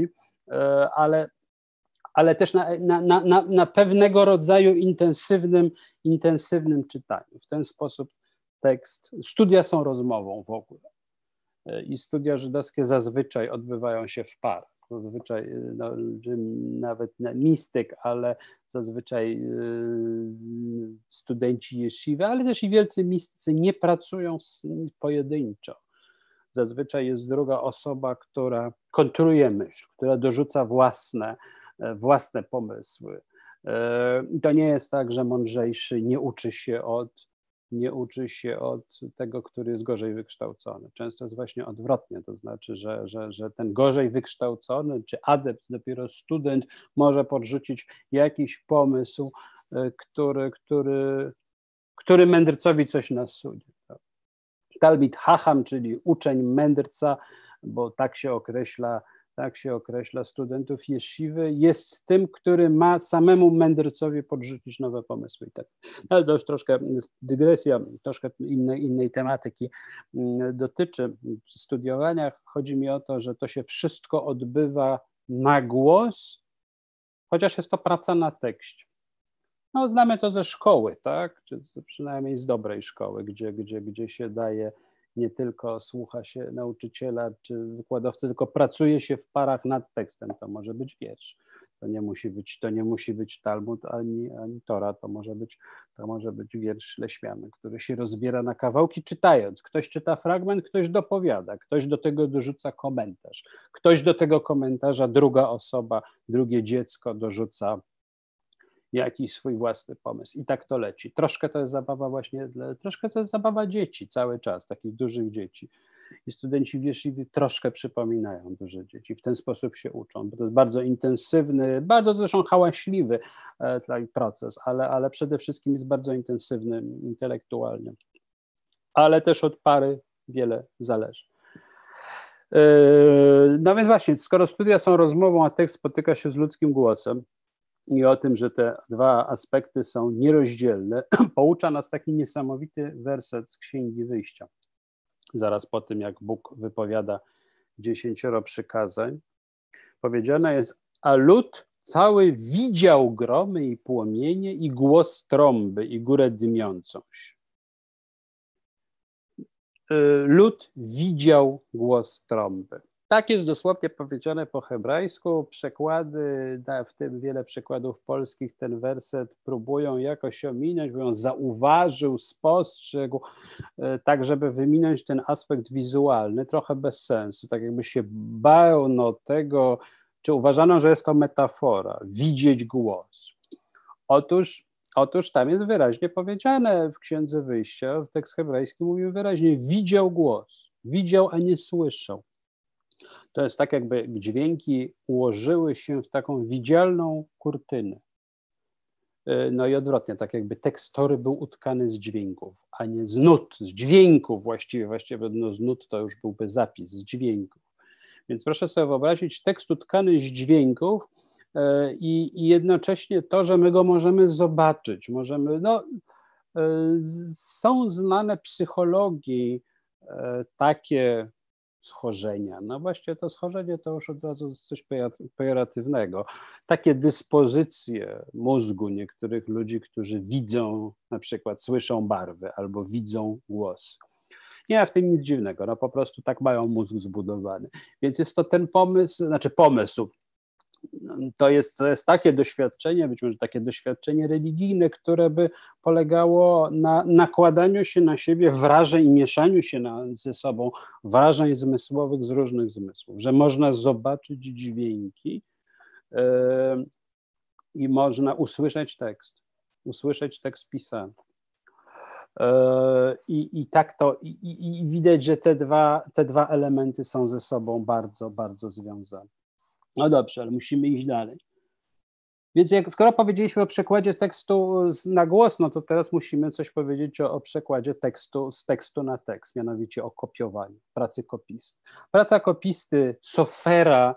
Speaker 1: ale też na pewnego rodzaju intensywnym czytaniu. W ten sposób studia są rozmową w ogóle. I studia żydowskie zazwyczaj odbywają się w parach. Zazwyczaj nawet mistyk, ale zazwyczaj studenci jeszywy, ale też i wielcy mistycy nie pracują pojedynczo. Zazwyczaj jest druga osoba, która kontruje myśl, która dorzuca własne pomysły. To nie jest tak, że mądrzejszy nie uczy się od tego, który jest gorzej wykształcony. Często jest właśnie odwrotnie, to znaczy, że ten gorzej wykształcony, czy adept, dopiero student może podrzucić jakiś pomysł, który mędrcowi coś nasunie. Talmid Chacham, czyli uczeń mędrca, bo tak się określa studentów jeszywy, jest tym, który ma samemu mędrcowi podrzucić nowe pomysły. I tak. Ale to już troszkę dygresja, troszkę innej tematyki dotyczy studiowania. Chodzi mi o to, że to się wszystko odbywa na głos, chociaż jest to praca na tekście. Znamy to ze szkoły, tak? Czy przynajmniej z dobrej szkoły, gdzie się daje, nie tylko słucha się nauczyciela czy wykładowcy, tylko pracuje się w parach nad tekstem. To może być wiersz, to nie musi być Talmud ani Tora, to może być wiersz leśmiany, który się rozbiera na kawałki czytając. Ktoś czyta fragment, ktoś dopowiada, ktoś do tego dorzuca komentarz, ktoś do tego komentarza, druga osoba, drugie dziecko dorzuca jakiś swój własny pomysł. I tak to leci. Troszkę to jest zabawa dzieci cały czas, takich dużych dzieci. I studenci w jeszywie troszkę przypominają duże dzieci. W ten sposób się uczą, bo to jest bardzo intensywny, bardzo zresztą hałaśliwy proces, ale przede wszystkim jest bardzo intensywny intelektualnie. Ale też od pary wiele zależy. No więc właśnie, skoro studia są rozmową, a tekst spotyka się z ludzkim głosem, i o tym, że te dwa aspekty są nierozdzielne, poucza nas taki niesamowity werset z Księgi Wyjścia. Zaraz po tym, jak Bóg wypowiada 10 przykazań, powiedziane jest: a lud cały widział gromy i płomienie i głos trąby i górę dymiącą się. lud widział głos trąby. Tak jest dosłownie powiedziane po hebrajsku. Przekłady, w tym wiele przekładów polskich, ten werset próbują jakoś ominąć, mówią zauważył, spostrzegł, tak żeby wyminąć ten aspekt wizualny, trochę bez sensu, tak jakby się bano tego, czy uważano, że jest to metafora, widzieć głos. Otóż tam jest wyraźnie powiedziane w Księdze Wyjścia, w tekst hebrajski mówi wyraźnie, widział głos, widział, a nie słyszał. To jest tak, jakby dźwięki ułożyły się w taką widzialną kurtynę. No i odwrotnie, tak jakby tekst Tory był utkany z dźwięków, a nie z nut, z dźwięków właściwie no z nut to już byłby zapis, z dźwięków. Więc proszę sobie wyobrazić tekst utkany z dźwięków i jednocześnie to, że my go możemy zobaczyć, są znane psychologii takie schorzenia. No właśnie to schorzenie to już od razu coś pejoratywnego. Takie dyspozycje mózgu niektórych ludzi, którzy widzą, na przykład słyszą barwy albo widzą głos. Nie ma w tym nic dziwnego, no po prostu tak mają mózg zbudowany. Więc jest to ten pomysł, to jest takie doświadczenie, być może takie doświadczenie religijne, które by polegało na nakładaniu się na siebie wrażeń i mieszaniu się ze sobą wrażeń zmysłowych z różnych zmysłów, że można zobaczyć dźwięki i można usłyszeć tekst pisany. I widać, że te dwa elementy są ze sobą bardzo, bardzo związane. No dobrze, ale musimy iść dalej. Więc skoro powiedzieliśmy o przekładzie tekstu na głos, no to teraz musimy coś powiedzieć o przekładzie tekstu z tekstu na tekst, mianowicie o kopiowaniu, pracy kopisty. Praca kopisty, sofera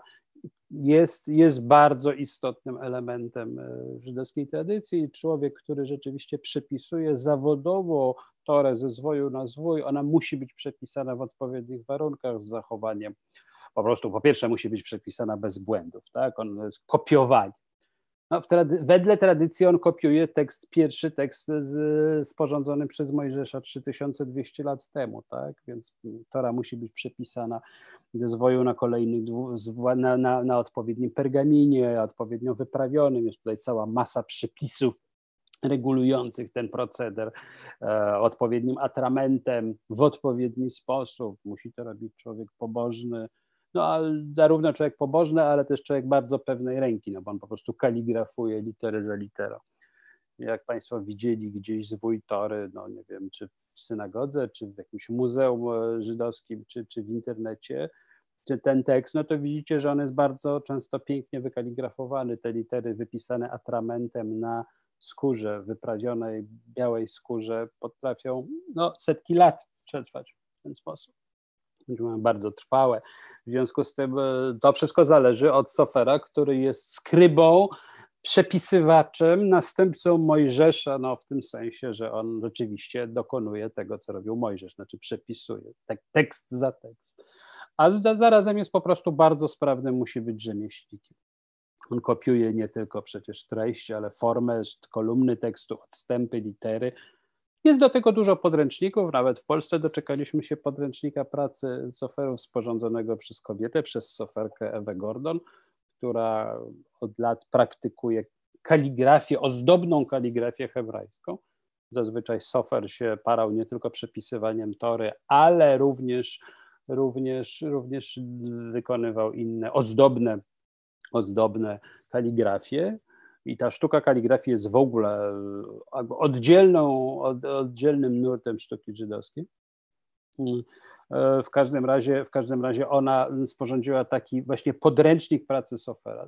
Speaker 1: jest bardzo istotnym elementem żydowskiej tradycji. Człowiek, który rzeczywiście przepisuje zawodowo Torę ze zwoju na zwój, ona musi być przepisana w odpowiednich warunkach z zachowaniem. Po prostu po pierwsze musi być przepisana bez błędów, tak? On jest kopiowanie. No, wedle tradycji on kopiuje pierwszy tekst sporządzony przez Mojżesza 3200 lat temu, tak? Więc Tora musi być przepisana ze zwoju na kolejnych, na odpowiednim pergaminie, odpowiednio wyprawionym. Jest tutaj cała masa przepisów regulujących ten proceder, odpowiednim atramentem, w odpowiedni sposób. Musi to robić człowiek pobożny, no ale zarówno człowiek pobożny, ale też człowiek bardzo pewnej ręki, no bo on po prostu kaligrafuje literę za literą. Jak Państwo widzieli gdzieś zwój Tory, no nie wiem, czy w synagodze, czy w jakimś muzeum żydowskim, czy w internecie, czy ten tekst, no to widzicie, że on jest bardzo często pięknie wykaligrafowany, te litery wypisane atramentem na skórze, wyprawionej białej skórze potrafią setki lat przetrwać w ten sposób. Bardzo trwałe. W związku z tym to wszystko zależy od sofera, który jest skrybą, przepisywaczem, następcą Mojżesza, no w tym sensie, że on rzeczywiście dokonuje tego, co robił Mojżesz, znaczy przepisuje tekst za tekst. A zarazem jest po prostu bardzo sprawny, musi być rzemieślnikiem. On kopiuje nie tylko przecież treść, ale formę, kolumny tekstu, odstępy, litery. Jest do tego dużo podręczników, nawet w Polsce doczekaliśmy się podręcznika pracy soferów sporządzonego przez kobietę, przez soferkę Ewę Gordon, która od lat praktykuje kaligrafię, ozdobną kaligrafię hebrajską. Zazwyczaj sofer się parał nie tylko przepisywaniem Tory, ale również wykonywał inne ozdobne kaligrafie. I ta sztuka kaligrafii jest w ogóle oddzielnym nurtem sztuki żydowskiej. W każdym razie ona sporządziła taki właśnie podręcznik pracy sofera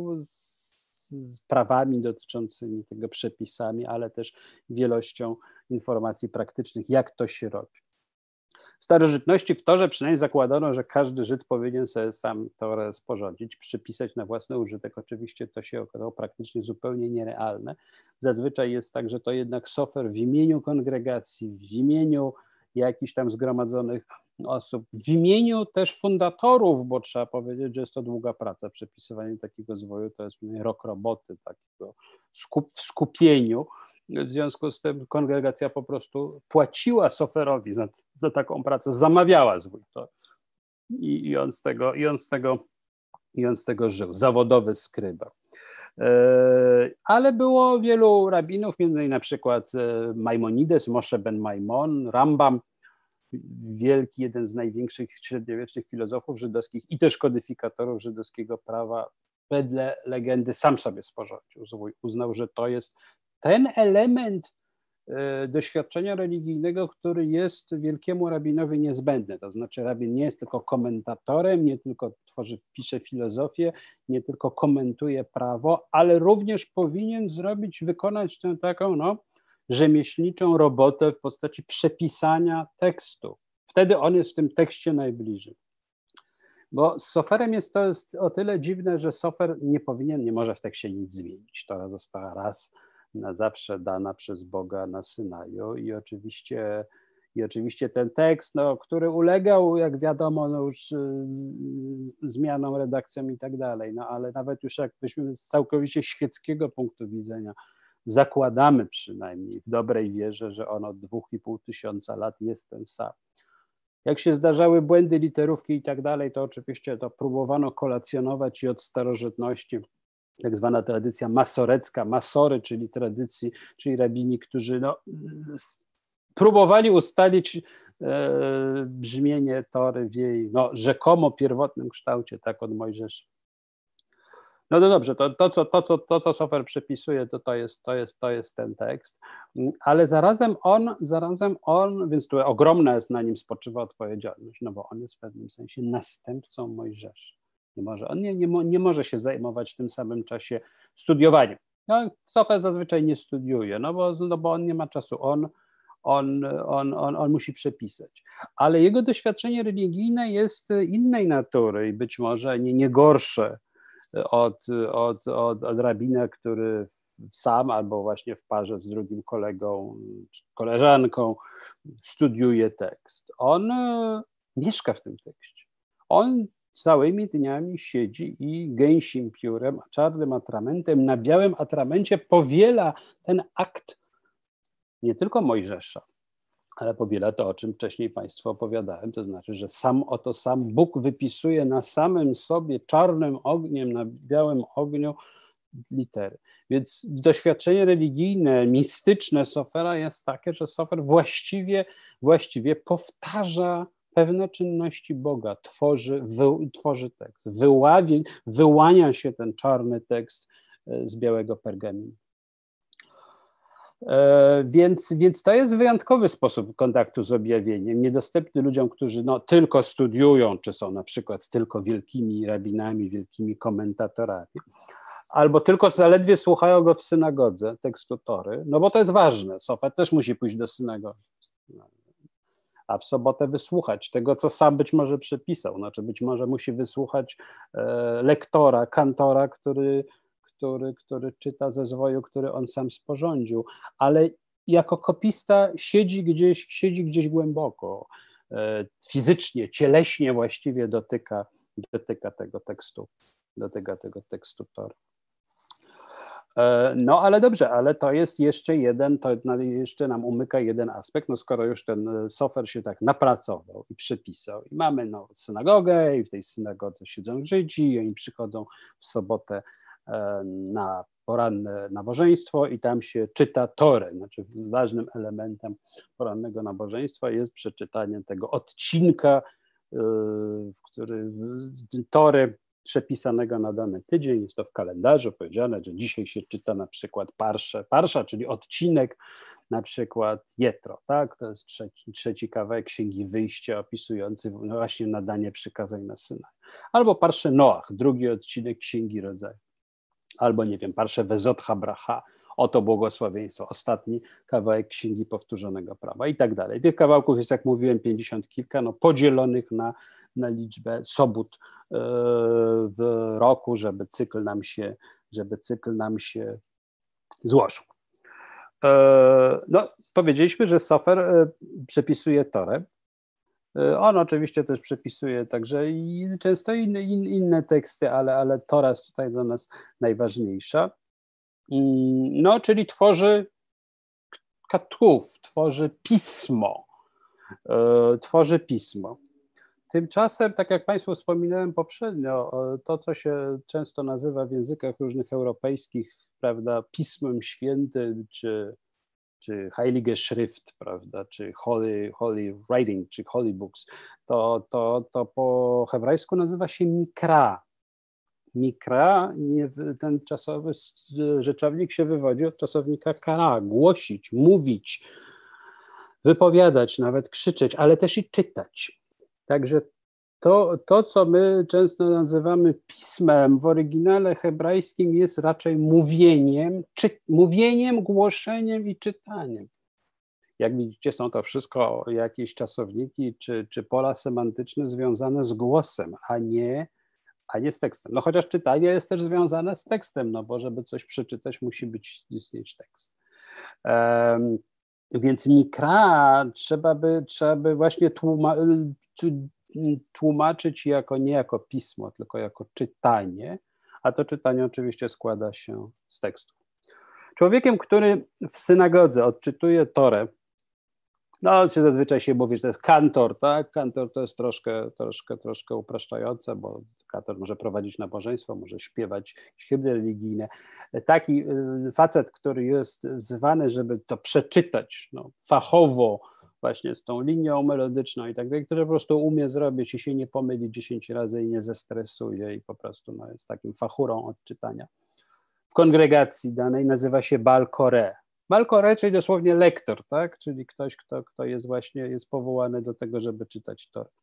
Speaker 1: z prawami dotyczącymi tego, przepisami, ale też wielością informacji praktycznych, jak to się robi. W starożytności w Torze przynajmniej zakładano, że każdy Żyd powinien sobie sam Torę sporządzić, przypisać na własny użytek. Oczywiście to się okazało praktycznie zupełnie nierealne. Zazwyczaj jest tak, że to jednak sofer w imieniu kongregacji, w imieniu jakichś tam zgromadzonych osób, w imieniu też fundatorów, bo trzeba powiedzieć, że jest to długa praca. Przepisywanie takiego zwoju to jest rok roboty, takiego w skupieniu. W związku z tym kongregacja po prostu płaciła Soferowi za taką pracę, zamawiała zwój tor. I on z tego żył, zawodowy skryba. Ale było wielu rabinów, między innymi na przykład Maimonides, Moshe ben Maimon, Rambam, wielki, jeden z największych średniowiecznych filozofów żydowskich i też kodyfikatorów żydowskiego prawa, wedle legendy sam sobie sporządził zwój. Uznał, że to jest ten element doświadczenia religijnego, który jest wielkiemu rabinowi niezbędny. To znaczy rabin nie jest tylko komentatorem, nie tylko pisze filozofię, nie tylko komentuje prawo, ale również powinien wykonać tę taką rzemieślniczą robotę w postaci przepisania tekstu. Wtedy on jest w tym tekście najbliżej. Bo z Soferem to jest o tyle dziwne, że Sofer nie może w tekście nic zmienić. Tora została raz na zawsze dana przez Boga na Synaju i oczywiście ten tekst, który ulegał, jak wiadomo, już zmianom, redakcjom i tak dalej, ale nawet już jakbyśmy z całkowicie świeckiego punktu widzenia zakładamy przynajmniej w dobrej wierze, że on od 2500 lat jest ten sam. Jak się zdarzały błędy literówki i tak dalej, to oczywiście to próbowano kolacjonować i od starożytności, tak zwana tradycja masorecka, masory, czyli rabini, którzy próbowali ustalić brzmienie Tory w jej rzekomo pierwotnym kształcie, tak od Mojżesza. No dobrze, to co Sofer przepisuje, to jest ten tekst, ale zarazem on, więc tu ogromna jest na nim spoczywa odpowiedzialność, bo on jest w pewnym sensie następcą Mojżesza. On nie może się zajmować w tym samym czasie studiowaniem. Sofer zazwyczaj nie studiuje, bo on nie ma czasu, on musi przepisać. Ale jego doświadczenie religijne jest innej natury i być może nie gorsze od rabina, który sam albo właśnie w parze z drugim kolegą, koleżanką studiuje tekst. On mieszka w tym tekście. On całymi dniami siedzi i gęsim piórem, czarnym atramentem, na białym atramencie powiela ten akt nie tylko Mojżesza, ale powiela to, o czym wcześniej Państwu opowiadałem, to znaczy, że sam Bóg wypisuje na samym sobie czarnym ogniem, na białym ogniu litery. Więc doświadczenie religijne, mistyczne Sofera jest takie, że Sofer właściwie powtarza pewne czynności Boga, tworzy tekst, wyłania się ten czarny tekst z białego pergaminu. Więc to jest wyjątkowy sposób kontaktu z objawieniem, niedostępny ludziom, którzy tylko studiują, czy są na przykład tylko wielkimi rabinami, wielkimi komentatorami, albo tylko zaledwie słuchają go w synagodze, tekstu Tory, bo to jest ważne, Sofer też musi pójść do synagogi, a w sobotę wysłuchać tego, co sam być może przepisał, znaczy być może musi wysłuchać lektora, kantora, który czyta ze zwoju, który on sam sporządził, ale jako kopista siedzi gdzieś głęboko, fizycznie, cieleśnie właściwie dotyka tego tekstu Tory. Ale dobrze, ale to jest jeszcze jeszcze nam umyka jeden aspekt, skoro już ten Sofer się tak napracował i przepisał i mamy synagogę i w tej synagodze siedzą Żydzi i oni przychodzą w sobotę na poranne nabożeństwo i tam się czyta Torę. Znaczy ważnym elementem porannego nabożeństwa jest przeczytanie tego odcinka Tory przepisanego na dany tydzień. Jest to w kalendarzu powiedziane, że dzisiaj się czyta na przykład Parsza, czyli odcinek, na przykład Jetro, tak? To jest trzeci kawałek Księgi Wyjścia opisujący właśnie nadanie przykazań na Synaj. Albo Parszę Noach, drugi odcinek Księgi Rodzaju. Albo Parszę Wezot HaBracha, oto błogosławieństwo, ostatni kawałek Księgi Powtórzonego Prawa i tak dalej. Tych kawałków jest, jak mówiłem, 50 kilka, podzielonych na liczbę sobót w roku, żeby cykl nam się złożył. Powiedzieliśmy, że Sofer przepisuje Torę. On oczywiście też przepisuje także i często inne teksty, ale Tora jest tutaj dla nas najważniejsza. Czyli tworzy Ketów, tworzy pismo. Tworzy pismo. Tymczasem, tak jak Państwu wspominałem poprzednio, to, co się często nazywa w językach różnych europejskich, prawda, Pismem Świętym, czy Heilige Schrift, prawda, czy Holy Writing, czy Holy Books, to po hebrajsku nazywa się Mikra. Mikra, ten czasowy rzeczownik się wywodzi od czasownika kara, głosić, mówić, wypowiadać, nawet krzyczeć, ale też i czytać. Także to, co my często nazywamy pismem, w oryginale hebrajskim jest raczej mówieniem, głoszeniem i czytaniem. Jak widzicie, są to wszystko jakieś czasowniki czy pola semantyczne związane z głosem, a nie z tekstem. No chociaż czytanie jest też związane z tekstem, no bo żeby coś przeczytać, musi istnieć tekst. Więc mikra trzeba by właśnie tłumaczyć nie jako pismo, tylko jako czytanie, a to czytanie oczywiście składa się z tekstu. Człowiekiem, który w synagodze odczytuje Torę, no zazwyczaj się mówi, że to jest kantor, tak? Kantor to jest troszkę upraszczające, bo kantor może prowadzić nabożeństwo, może śpiewać hymny religijne. Taki facet, który jest zwany, żeby to przeczytać fachowo, właśnie z tą linią melodyczną i tak dalej, który po prostu umie zrobić i się nie pomyli 10 razy i nie zestresuje i po prostu jest takim fachurą od czytania. W kongregacji danej nazywa się Baal Koreh. Baal Koreh, czyli dosłownie lektor, tak? Czyli ktoś, kto jest powołany do tego, żeby czytać Torę.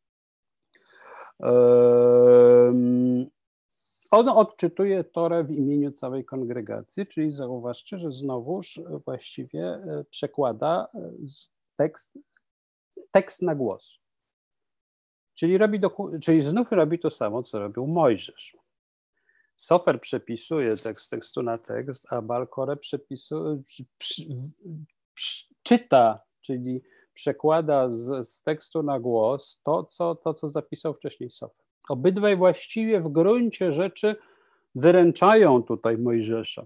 Speaker 1: On odczytuje Torę w imieniu całej kongregacji, czyli zauważcie, że znowuż właściwie przekłada tekst na głos. Czyli znów robi to samo, co robił Mojżesz. Sofer przepisuje tekst tekstu na tekst, a Baal Koreh czyta, czyli przekłada z tekstu na głos to, co zapisał wcześniej Sofer. Obydwaj właściwie w gruncie rzeczy wyręczają tutaj Mojżesza.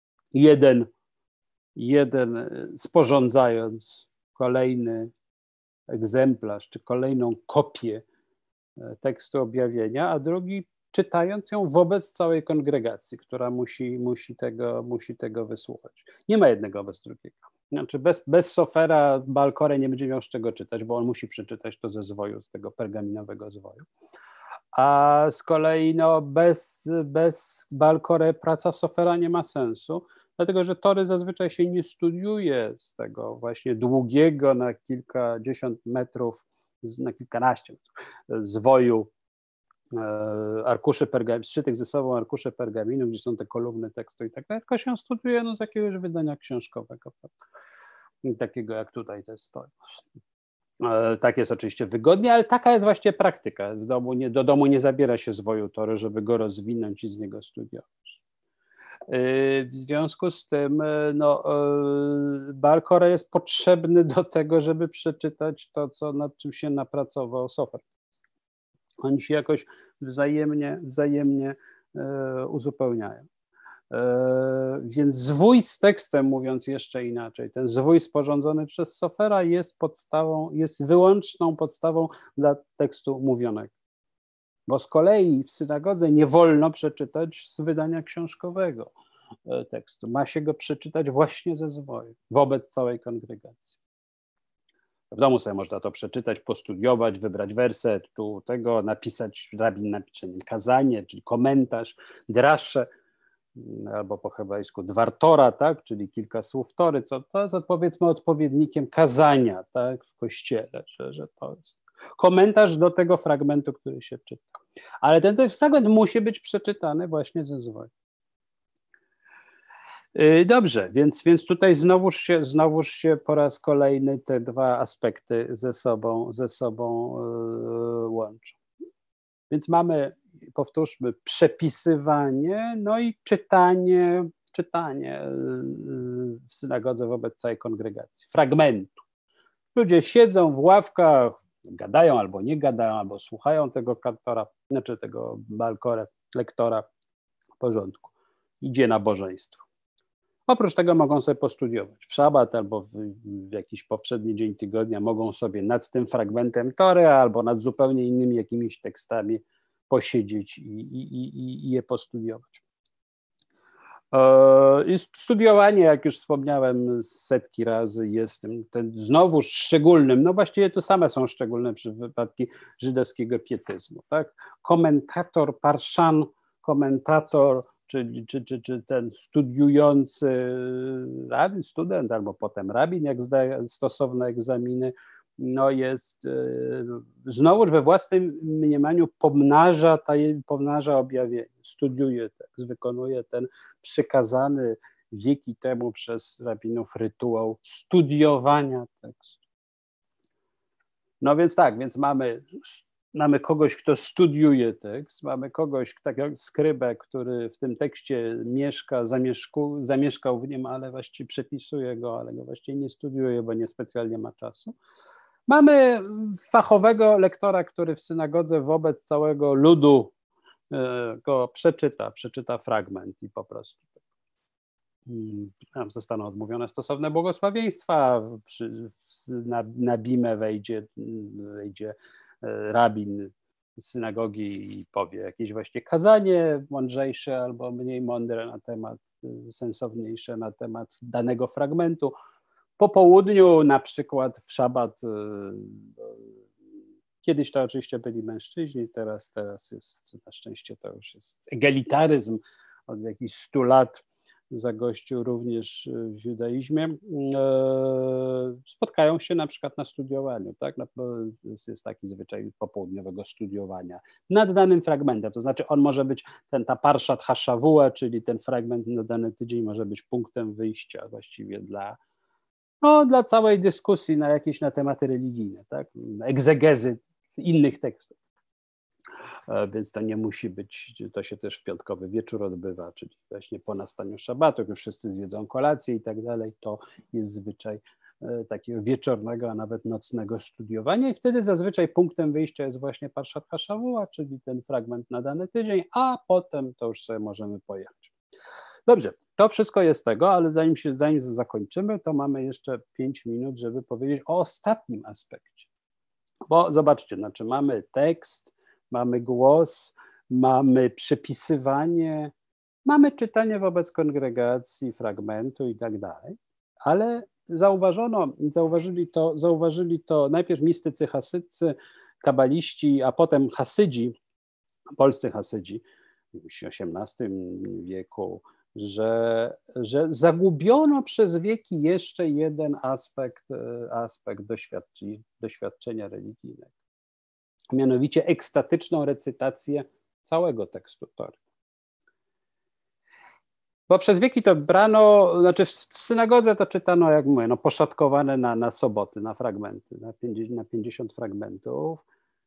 Speaker 1: Jeden sporządzając kolejny egzemplarz, czy kolejną kopię tekstu objawienia, a drugi czytając ją wobec całej kongregacji, która musi tego wysłuchać. Nie ma jednego bez drugiego. Znaczy bez Sofera Baal Koreh nie będzie miał z czego czytać, bo on musi przeczytać to ze zwoju, z tego pergaminowego zwoju. A z kolei bez Baal Koreh praca Sofera nie ma sensu, dlatego że Tory zazwyczaj się nie studiuje z tego właśnie długiego na kilkadziesiąt metrów, na kilkanaście zwoju arkuszy zszytych ze sobą arkusze pergaminu, gdzie są te kolumny tekstu i tak dalej, tylko się studiuje z jakiegoś wydania książkowego, takiego jak tutaj to stoi. Tak jest oczywiście wygodnie, ale taka jest właśnie praktyka. Do domu nie zabiera się zwoju Tory, żeby go rozwinąć i z niego studiować. W związku z tym Baal Koreh jest potrzebny do tego, żeby przeczytać to, nad czym się napracował Sofer. Oni się jakoś wzajemnie uzupełniają. Więc zwój z tekstem, mówiąc jeszcze inaczej, ten zwój sporządzony przez Sofera jest wyłączną podstawą dla tekstu mówionego. Bo z kolei w synagodze nie wolno przeczytać z wydania książkowego tekstu. Ma się go przeczytać właśnie ze zwoju, wobec całej kongregacji. W domu sobie można to przeczytać, postudiować, wybrać werset, napisać, rabin napisze kazanie, czyli komentarz, drasze, albo po hebrajsku dwartora, tak, czyli kilka słów Tory, to jest powiedzmy odpowiednikiem kazania, tak, w kościele, że to jest komentarz do tego fragmentu, który się czyta. Ale ten fragment musi być przeczytany właśnie ze zwoju. Dobrze, więc tutaj znowuż się po raz kolejny te dwa aspekty ze sobą łączą. Więc mamy, powtórzmy, przepisywanie, no i czytanie w synagodze wobec całej kongregacji, fragmentu. Ludzie siedzą w ławkach, gadają albo nie gadają, albo słuchają tego kantora, znaczy tego Baal Koreh, lektora, w porządku. Idzie nabożeństwo. Oprócz tego mogą sobie postudiować w szabat albo w jakiś poprzedni dzień tygodnia, mogą sobie nad tym fragmentem Tory albo nad zupełnie innymi jakimiś tekstami posiedzieć i je postudiować. I studiowanie, jak już wspomniałem setki razy, jest tym znowu szczególnym, no właściwie to same są szczególne przypadki żydowskiego pietyzmu. Tak? Komentator, parszan, komentator, czy ten studiujący rabin, student, albo potem rabin, jak zdaje stosowne egzaminy, no jest znowuż we własnym mniemaniu pomnaża objawienie, studiuje tekst, wykonuje ten przykazany wieki temu przez rabinów rytuał studiowania tekstu. No więc tak, więc mamy kogoś, kto studiuje tekst, mamy kogoś, tak jak skrybę, który w tym tekście mieszka, zamieszkał w nim, ale właściwie przepisuje go, ale go właściwie nie studiuje, bo niespecjalnie ma czasu. Mamy fachowego lektora, który w synagodze wobec całego ludu go przeczyta fragment i po prostu zostaną odmówione stosowne błogosławieństwa, na bimę wejdzie rabin z synagogi i powie jakieś właśnie kazanie mądrzejsze albo mniej mądre na temat, sensowniejsze na temat danego fragmentu. Po południu, na przykład w szabat, kiedyś to oczywiście byli mężczyźni, teraz jest, na szczęście to już jest egalitaryzm od jakichś 100 lat zagościł również w judaizmie, spotkają się na przykład na studiowaniu, tak? Jest taki zwyczaj popołudniowego studiowania nad danym fragmentem, to znaczy on może być, ta parshat hashawua, czyli ten fragment na dany tydzień może być punktem wyjścia właściwie dla całej dyskusji na tematy religijne, tak? Egzegezy innych tekstów. Więc to nie musi być, to się też w piątkowy wieczór odbywa, czyli właśnie po nastaniu szabatu, jak już wszyscy zjedzą kolację i tak dalej, to jest zwyczaj takiego wieczornego, a nawet nocnego studiowania i wtedy zazwyczaj punktem wyjścia jest właśnie parshat hashawua, czyli ten fragment na dany tydzień, a potem to już sobie możemy pojechać. Dobrze, to wszystko jest tego, ale zanim zakończymy, to mamy jeszcze 5 minut, żeby powiedzieć o ostatnim aspekcie. Bo zobaczcie, znaczy mamy tekst, mamy głos, mamy przepisywanie, mamy czytanie wobec kongregacji, fragmentu i tak dalej, ale zauważyli to najpierw mistycy hasyccy, kabaliści, a potem hasydzi, polscy hasydzi w XVIII wieku, że zagubiono przez wieki jeszcze jeden aspekt doświadczenia religijnego, mianowicie ekstatyczną recytację całego tekstu Tory. Bo przez wieki to brano, znaczy w synagodze to czytano, jak mówię, poszatkowane na soboty, na fragmenty, na 50 fragmentów.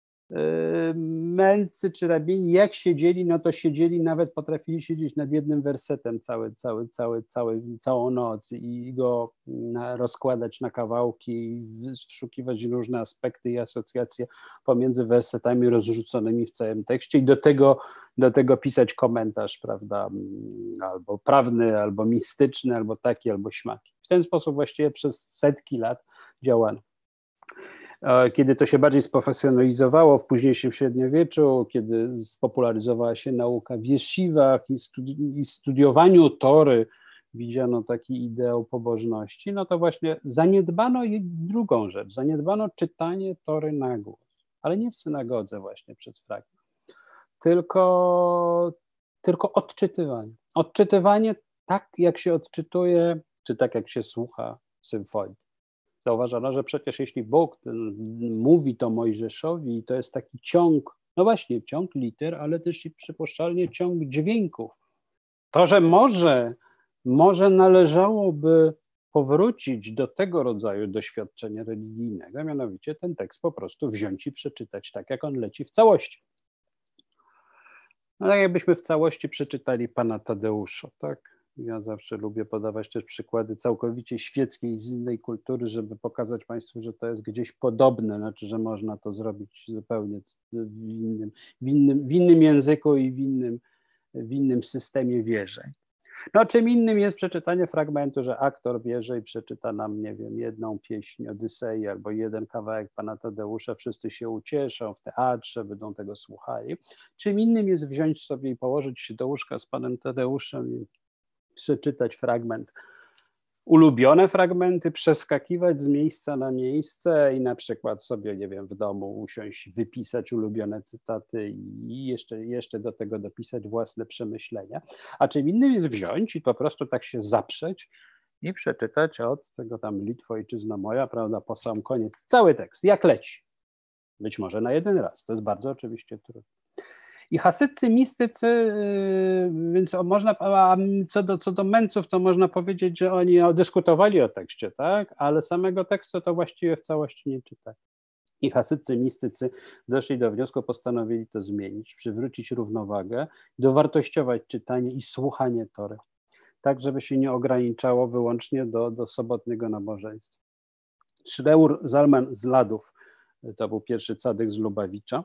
Speaker 1: Mędrcy czy rabini, jak siedzieli, no to siedzieli, nawet potrafili siedzieć nad jednym wersetem całą noc i go rozkładać na kawałki, wyszukiwać różne aspekty i asocjacje pomiędzy wersetami rozrzuconymi w całym tekście i do tego pisać komentarz, prawda, albo prawny, albo mistyczny, albo taki, albo śmaki. W ten sposób właściwie przez setki lat działano. Kiedy to się bardziej sprofesjonalizowało w późniejszym średniowieczu, kiedy spopularyzowała się nauka w jesiwach i studiowaniu Tory widziano taki ideał pobożności, no to właśnie zaniedbano drugą rzecz, zaniedbano czytanie Tory na głos, ale nie w synagodze właśnie przez fragment, tylko odczytywanie. Odczytywanie tak, jak się odczytuje, czy tak, jak się słucha symfonii. Zauważono, że przecież jeśli Bóg mówi to Mojżeszowi i to jest taki ciąg, no właśnie ciąg liter, ale też i przypuszczalnie ciąg dźwięków, to że może należałoby powrócić do tego rodzaju doświadczenia religijnego, mianowicie ten tekst po prostu wziąć i przeczytać tak, jak on leci w całości. No tak jakbyśmy w całości przeczytali Pana Tadeusza, tak? Ja zawsze lubię podawać też przykłady całkowicie świeckiej z innej kultury, żeby pokazać Państwu, że to jest gdzieś podobne, znaczy, że można to zrobić zupełnie w innym języku i w innym systemie wierzeń. No, czym innym jest przeczytanie fragmentu, że aktor bierze i przeczyta nam, nie wiem, jedną pieśń Odysei albo jeden kawałek pana Tadeusza, wszyscy się ucieszą w teatrze, będą tego słuchali. Czym innym jest wziąć sobie i położyć się do łóżka z panem Tadeuszem i przeczytać fragment, ulubione fragmenty, przeskakiwać z miejsca na miejsce i na przykład sobie, nie wiem, w domu usiąść, wypisać ulubione cytaty i jeszcze do tego dopisać własne przemyślenia. A czym innym jest wziąć i po prostu tak się zaprzeć i przeczytać od tego tam Litwo, ojczyzno moja, prawda, po sam koniec, cały tekst, jak leci. Być może na jeden raz, to jest bardzo oczywiście trudne. I hasyccy mistycy, więc można, a co do męców, to można powiedzieć, że oni dyskutowali o tekście, tak? Ale samego tekstu to właściwie w całości nie czytali. I hasyccy mistycy doszli do wniosku, postanowili to zmienić, przywrócić równowagę, dowartościować czytanie i słuchanie Tory, tak żeby się nie ograniczało wyłącznie do sobotniego nabożeństwa. Szreur Zalman z Ladów, to był pierwszy cadyk z Lubawicza,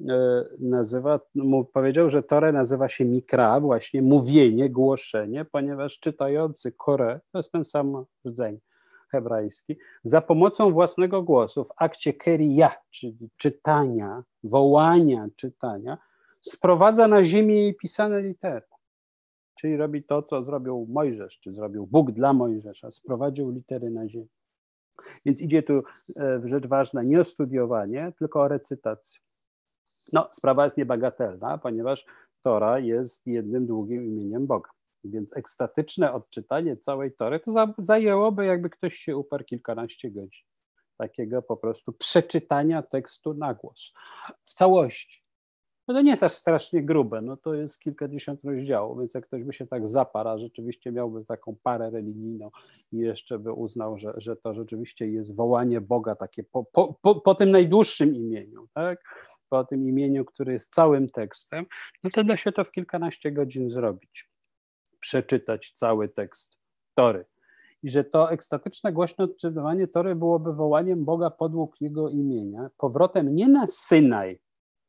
Speaker 1: powiedział, że Torę nazywa się mikra, właśnie mówienie, głoszenie, ponieważ czytający Korę, to jest ten sam rdzeń hebrajski, za pomocą własnego głosu w akcie kerija, czyli czytania, wołania, czytania, sprowadza na ziemię jej pisane litery. Czyli robi to, co zrobił Mojżesz, czy zrobił Bóg dla Mojżesza, sprowadził litery na ziemię. Więc idzie tu w rzecz ważna nie o studiowanie, tylko o recytację. No, sprawa jest niebagatelna, ponieważ Tora jest jednym długim imieniem Boga. Więc ekstatyczne odczytanie całej Tory to zajęłoby, jakby ktoś się uparł kilkanaście godzin. Takiego po prostu przeczytania tekstu na głos. W całości. No to nie jest aż strasznie grube, no to jest kilkadziesiąt rozdziałów, więc jak ktoś by się tak zaparł, a rzeczywiście miałby taką parę religijną i jeszcze by uznał, że to rzeczywiście jest wołanie Boga takie po tym najdłuższym imieniu, tak? Po tym imieniu, które jest całym tekstem, no to da się to w kilkanaście godzin zrobić. Przeczytać cały tekst Tory. I że to ekstatyczne, głośne odczytywanie Tory byłoby wołaniem Boga podług Jego imienia, powrotem nie na Synaj,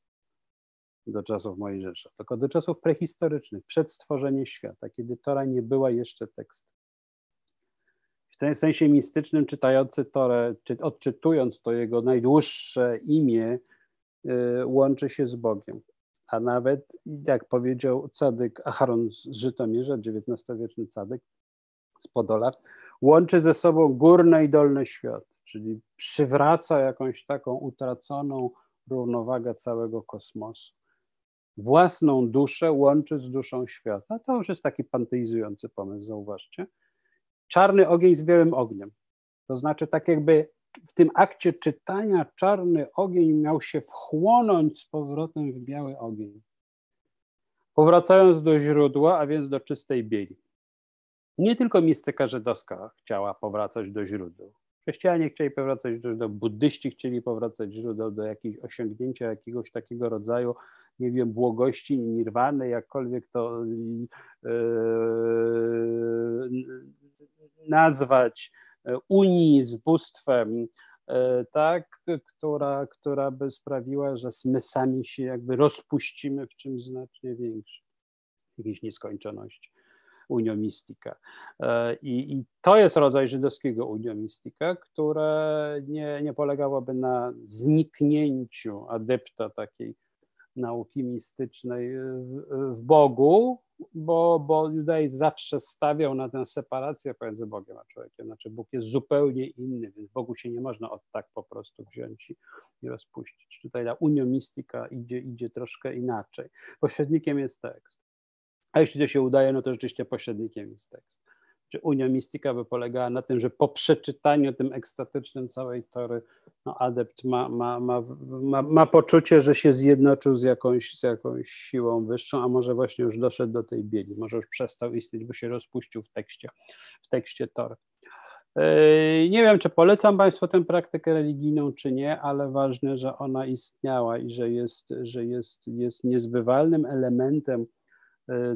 Speaker 1: do czasów Mojżesza, tylko do czasów prehistorycznych, przed stworzeniem świata, kiedy Tora nie była jeszcze tekstem. W sensie mistycznym czytający Torę, czy odczytując to jego najdłuższe imię, łączy się z Bogiem. A nawet, jak powiedział cadyk Acharon z Żytomierza, XIX-wieczny cadyk z Podola, łączy ze sobą górne i dolne świat, czyli przywraca jakąś taką utraconą równowagę całego kosmosu. Własną duszę łączy z duszą świata. To już jest taki panteizujący pomysł, zauważcie. Czarny ogień z białym ogniem. To znaczy tak jakby w tym akcie czytania czarny ogień miał się wchłonąć z powrotem w biały ogień. Powracając do źródła, a więc do czystej bieli. Nie tylko mistyka żydowska chciała powracać do źródeł. Chrześcijanie chcieli powracać do źródeł, buddyści chcieli powracać źródeł do jakiegoś osiągnięcia jakiegoś takiego rodzaju, nie wiem, błogości, nirwany, jakkolwiek to nazwać, unii z bóstwem, tak, która by sprawiła, że my sami się jakby rozpuścimy w czymś znacznie większym, w jakiejś nieskończoności. Uniomistika. I to jest rodzaj żydowskiego uniomistika, które nie polegałoby na zniknięciu adepta takiej nauki mistycznej w Bogu, bo judaizm zawsze stawiał na tę separację pomiędzy Bogiem a człowiekiem. Znaczy Bóg jest zupełnie inny, więc Bogu się nie można od tak po prostu wziąć i rozpuścić. Tutaj ta uniomistika idzie troszkę inaczej. Pośrednikiem jest tekst. A jeśli to się udaje, no to rzeczywiście pośrednikiem jest tekst. Czy uniomistika by polegała na tym, że po przeczytaniu tym ekstatycznym całej Tory, no adept ma poczucie, że się zjednoczył z jakąś siłą wyższą, a może właśnie już doszedł do tej bieli, może już przestał istnieć, bo się rozpuścił w tekście Tory. Nie wiem, czy polecam Państwu tę praktykę religijną, czy nie, ale ważne, że ona istniała i że jest niezbywalnym elementem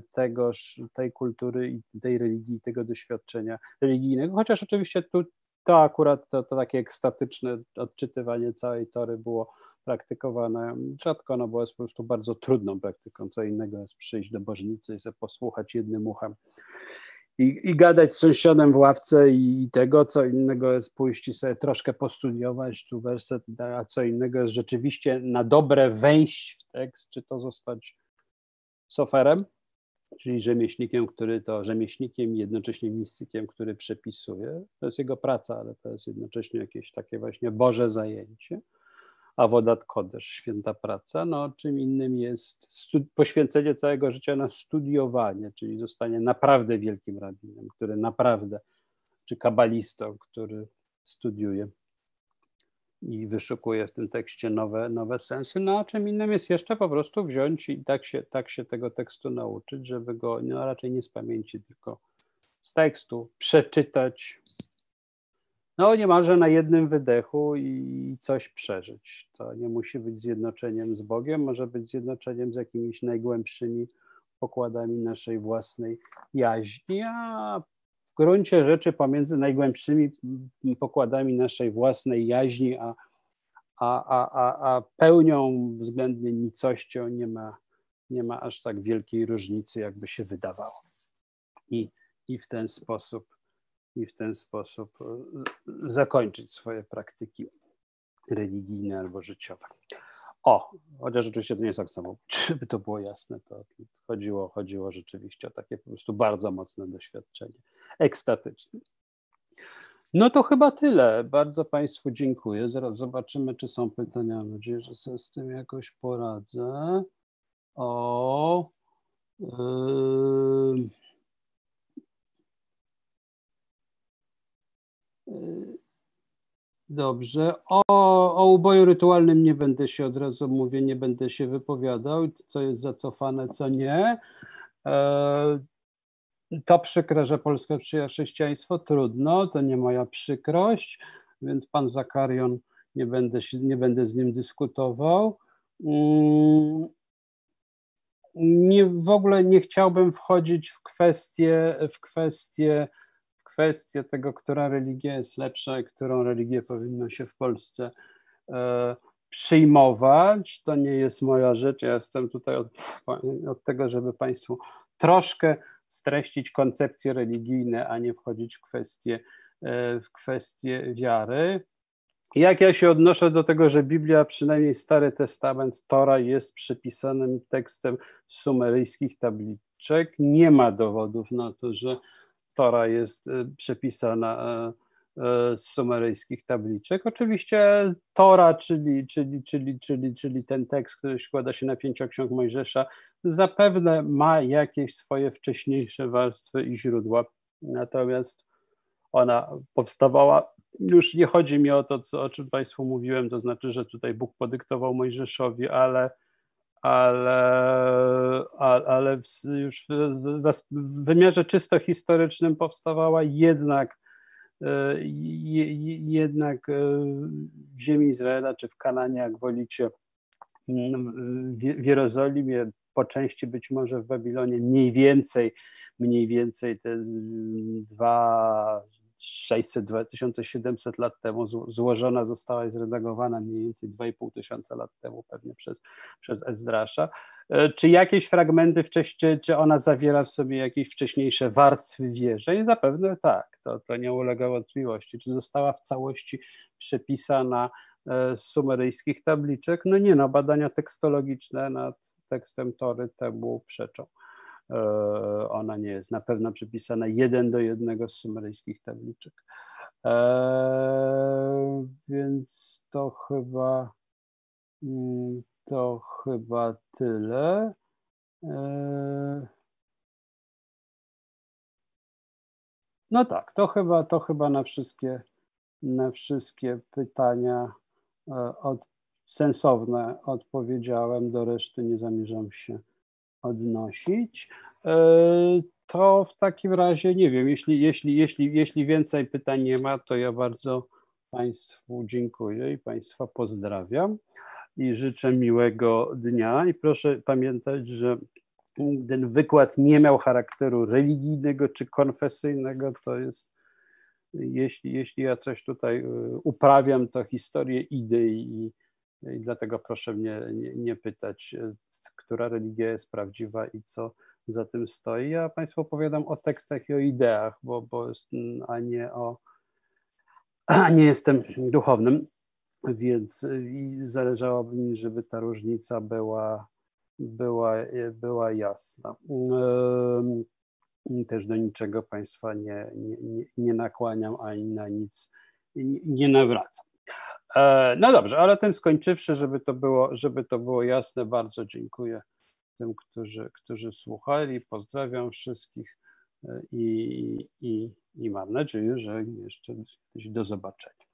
Speaker 1: tej kultury i tej religii, tego doświadczenia religijnego, chociaż oczywiście tu to akurat to takie ekstatyczne odczytywanie całej Tory było praktykowane rzadko, no bo jest po prostu bardzo trudną praktyką. Co innego jest przyjść do bożnicy i sobie posłuchać jednym uchem i gadać z sąsiadem w ławce i tego, co innego jest pójść i sobie troszkę postudiować tu werset, a co innego jest rzeczywiście na dobre wejść w tekst, czy to zostać soferem, czyli rzemieślnikiem i jednocześnie mistykiem, który przepisuje. To jest jego praca, ale to jest jednocześnie jakieś takie właśnie Boże zajęcie. Avodat Kodesh, święta praca. No, czym innym jest poświęcenie całego życia na studiowanie, czyli zostanie naprawdę wielkim rabinem, który naprawdę, czy kabalistą, który studiuje i wyszukuje w tym tekście nowe sensy. No a czym innym jest jeszcze po prostu wziąć i tak się tego tekstu nauczyć, żeby go no, raczej nie z pamięci, tylko z tekstu przeczytać, no niemalże na jednym wydechu i coś przeżyć. To nie musi być zjednoczeniem z Bogiem, może być zjednoczeniem z jakimiś najgłębszymi pokładami naszej własnej jaźni, a w gruncie rzeczy pomiędzy najgłębszymi pokładami naszej własnej jaźni a pełnią względnie nicością nie ma aż tak wielkiej różnicy, jakby się wydawało. I w ten sposób zakończyć swoje praktyki religijne albo życiowe. Chociaż oczywiście to nie jest tak samo, żeby to było jasne, to chodziło rzeczywiście o takie po prostu bardzo mocne doświadczenie ekstatyczne. No to chyba tyle. Bardzo Państwu dziękuję. Zaraz zobaczymy, czy są pytania. Mam nadzieję, że sobie z tym jakoś poradzę. Dobrze. O uboju rytualnym nie będę się, od razu mówię, nie będę się wypowiadał, co jest zacofane, co nie. To przykre, że Polska przyjęła chrześcijaństwo, trudno, to nie moja przykrość, więc pan Zakarion, nie będę z nim dyskutował. W ogóle nie chciałbym wchodzić w kwestię tego, która religia jest lepsza i którą religię powinno się w Polsce przyjmować. To nie jest moja rzecz. Ja jestem tutaj od tego, żeby Państwu troszkę streścić koncepcje religijne, a nie wchodzić w kwestie wiary. Jak ja się odnoszę do tego, że Biblia, przynajmniej Stary Testament, Tora jest przepisanym tekstem z sumeryjskich tabliczek, nie ma dowodów na to, że Tora jest przepisana z sumeryjskich tabliczek. Oczywiście Tora, czyli ten tekst, który składa się na 5 ksiąg Mojżesza, zapewne ma jakieś swoje wcześniejsze warstwy i źródła, natomiast ona powstawała, już nie chodzi mi o to, o czym Państwu mówiłem, to znaczy, że tutaj Bóg podyktował Mojżeszowi, ale już w wymiarze czysto historycznym powstawała jednak w ziemi Izraela, czy w Kananie, jak wolicie, w Jerozolimie, po części być może w Babilonie, mniej więcej te 2700 lat temu złożona została i zredagowana mniej więcej 2500 lat temu pewnie przez Ezdrasza. Czy jakieś fragmenty wcześniej, czy ona zawiera w sobie jakieś wcześniejsze warstwy wierzeń? Zapewne tak, to nie ulega wątpliwości. Czy została w całości przepisana z sumeryjskich tabliczek? No nie, badania tekstologiczne nad tekstem Tory temu przeczą. Ona nie jest na pewno przepisana 1:1 z sumeryjskich tabliczek. Więc to chyba tyle. No tak, to chyba na wszystkie pytania sensowne odpowiedziałem, do reszty nie zamierzam się odnosić. To w takim razie nie wiem, jeśli więcej pytań nie ma, to ja bardzo Państwu dziękuję i Państwa pozdrawiam i życzę miłego dnia i proszę pamiętać, że ten wykład nie miał charakteru religijnego czy konfesyjnego, to jest jeśli ja coś tutaj uprawiam, to historię idei i dlatego proszę mnie nie pytać, która religia jest prawdziwa i co za tym stoi. Ja Państwu opowiadam o tekstach i o ideach, a nie jestem duchownym, więc zależałoby mi, żeby ta różnica była jasna. Też do niczego Państwa nie nakłaniam, ani na nic nie nawracam. No dobrze, ale tym skończywszy, żeby to było jasne, bardzo dziękuję tym, którzy słuchali. Pozdrawiam wszystkich i mam nadzieję, że jeszcze do zobaczenia.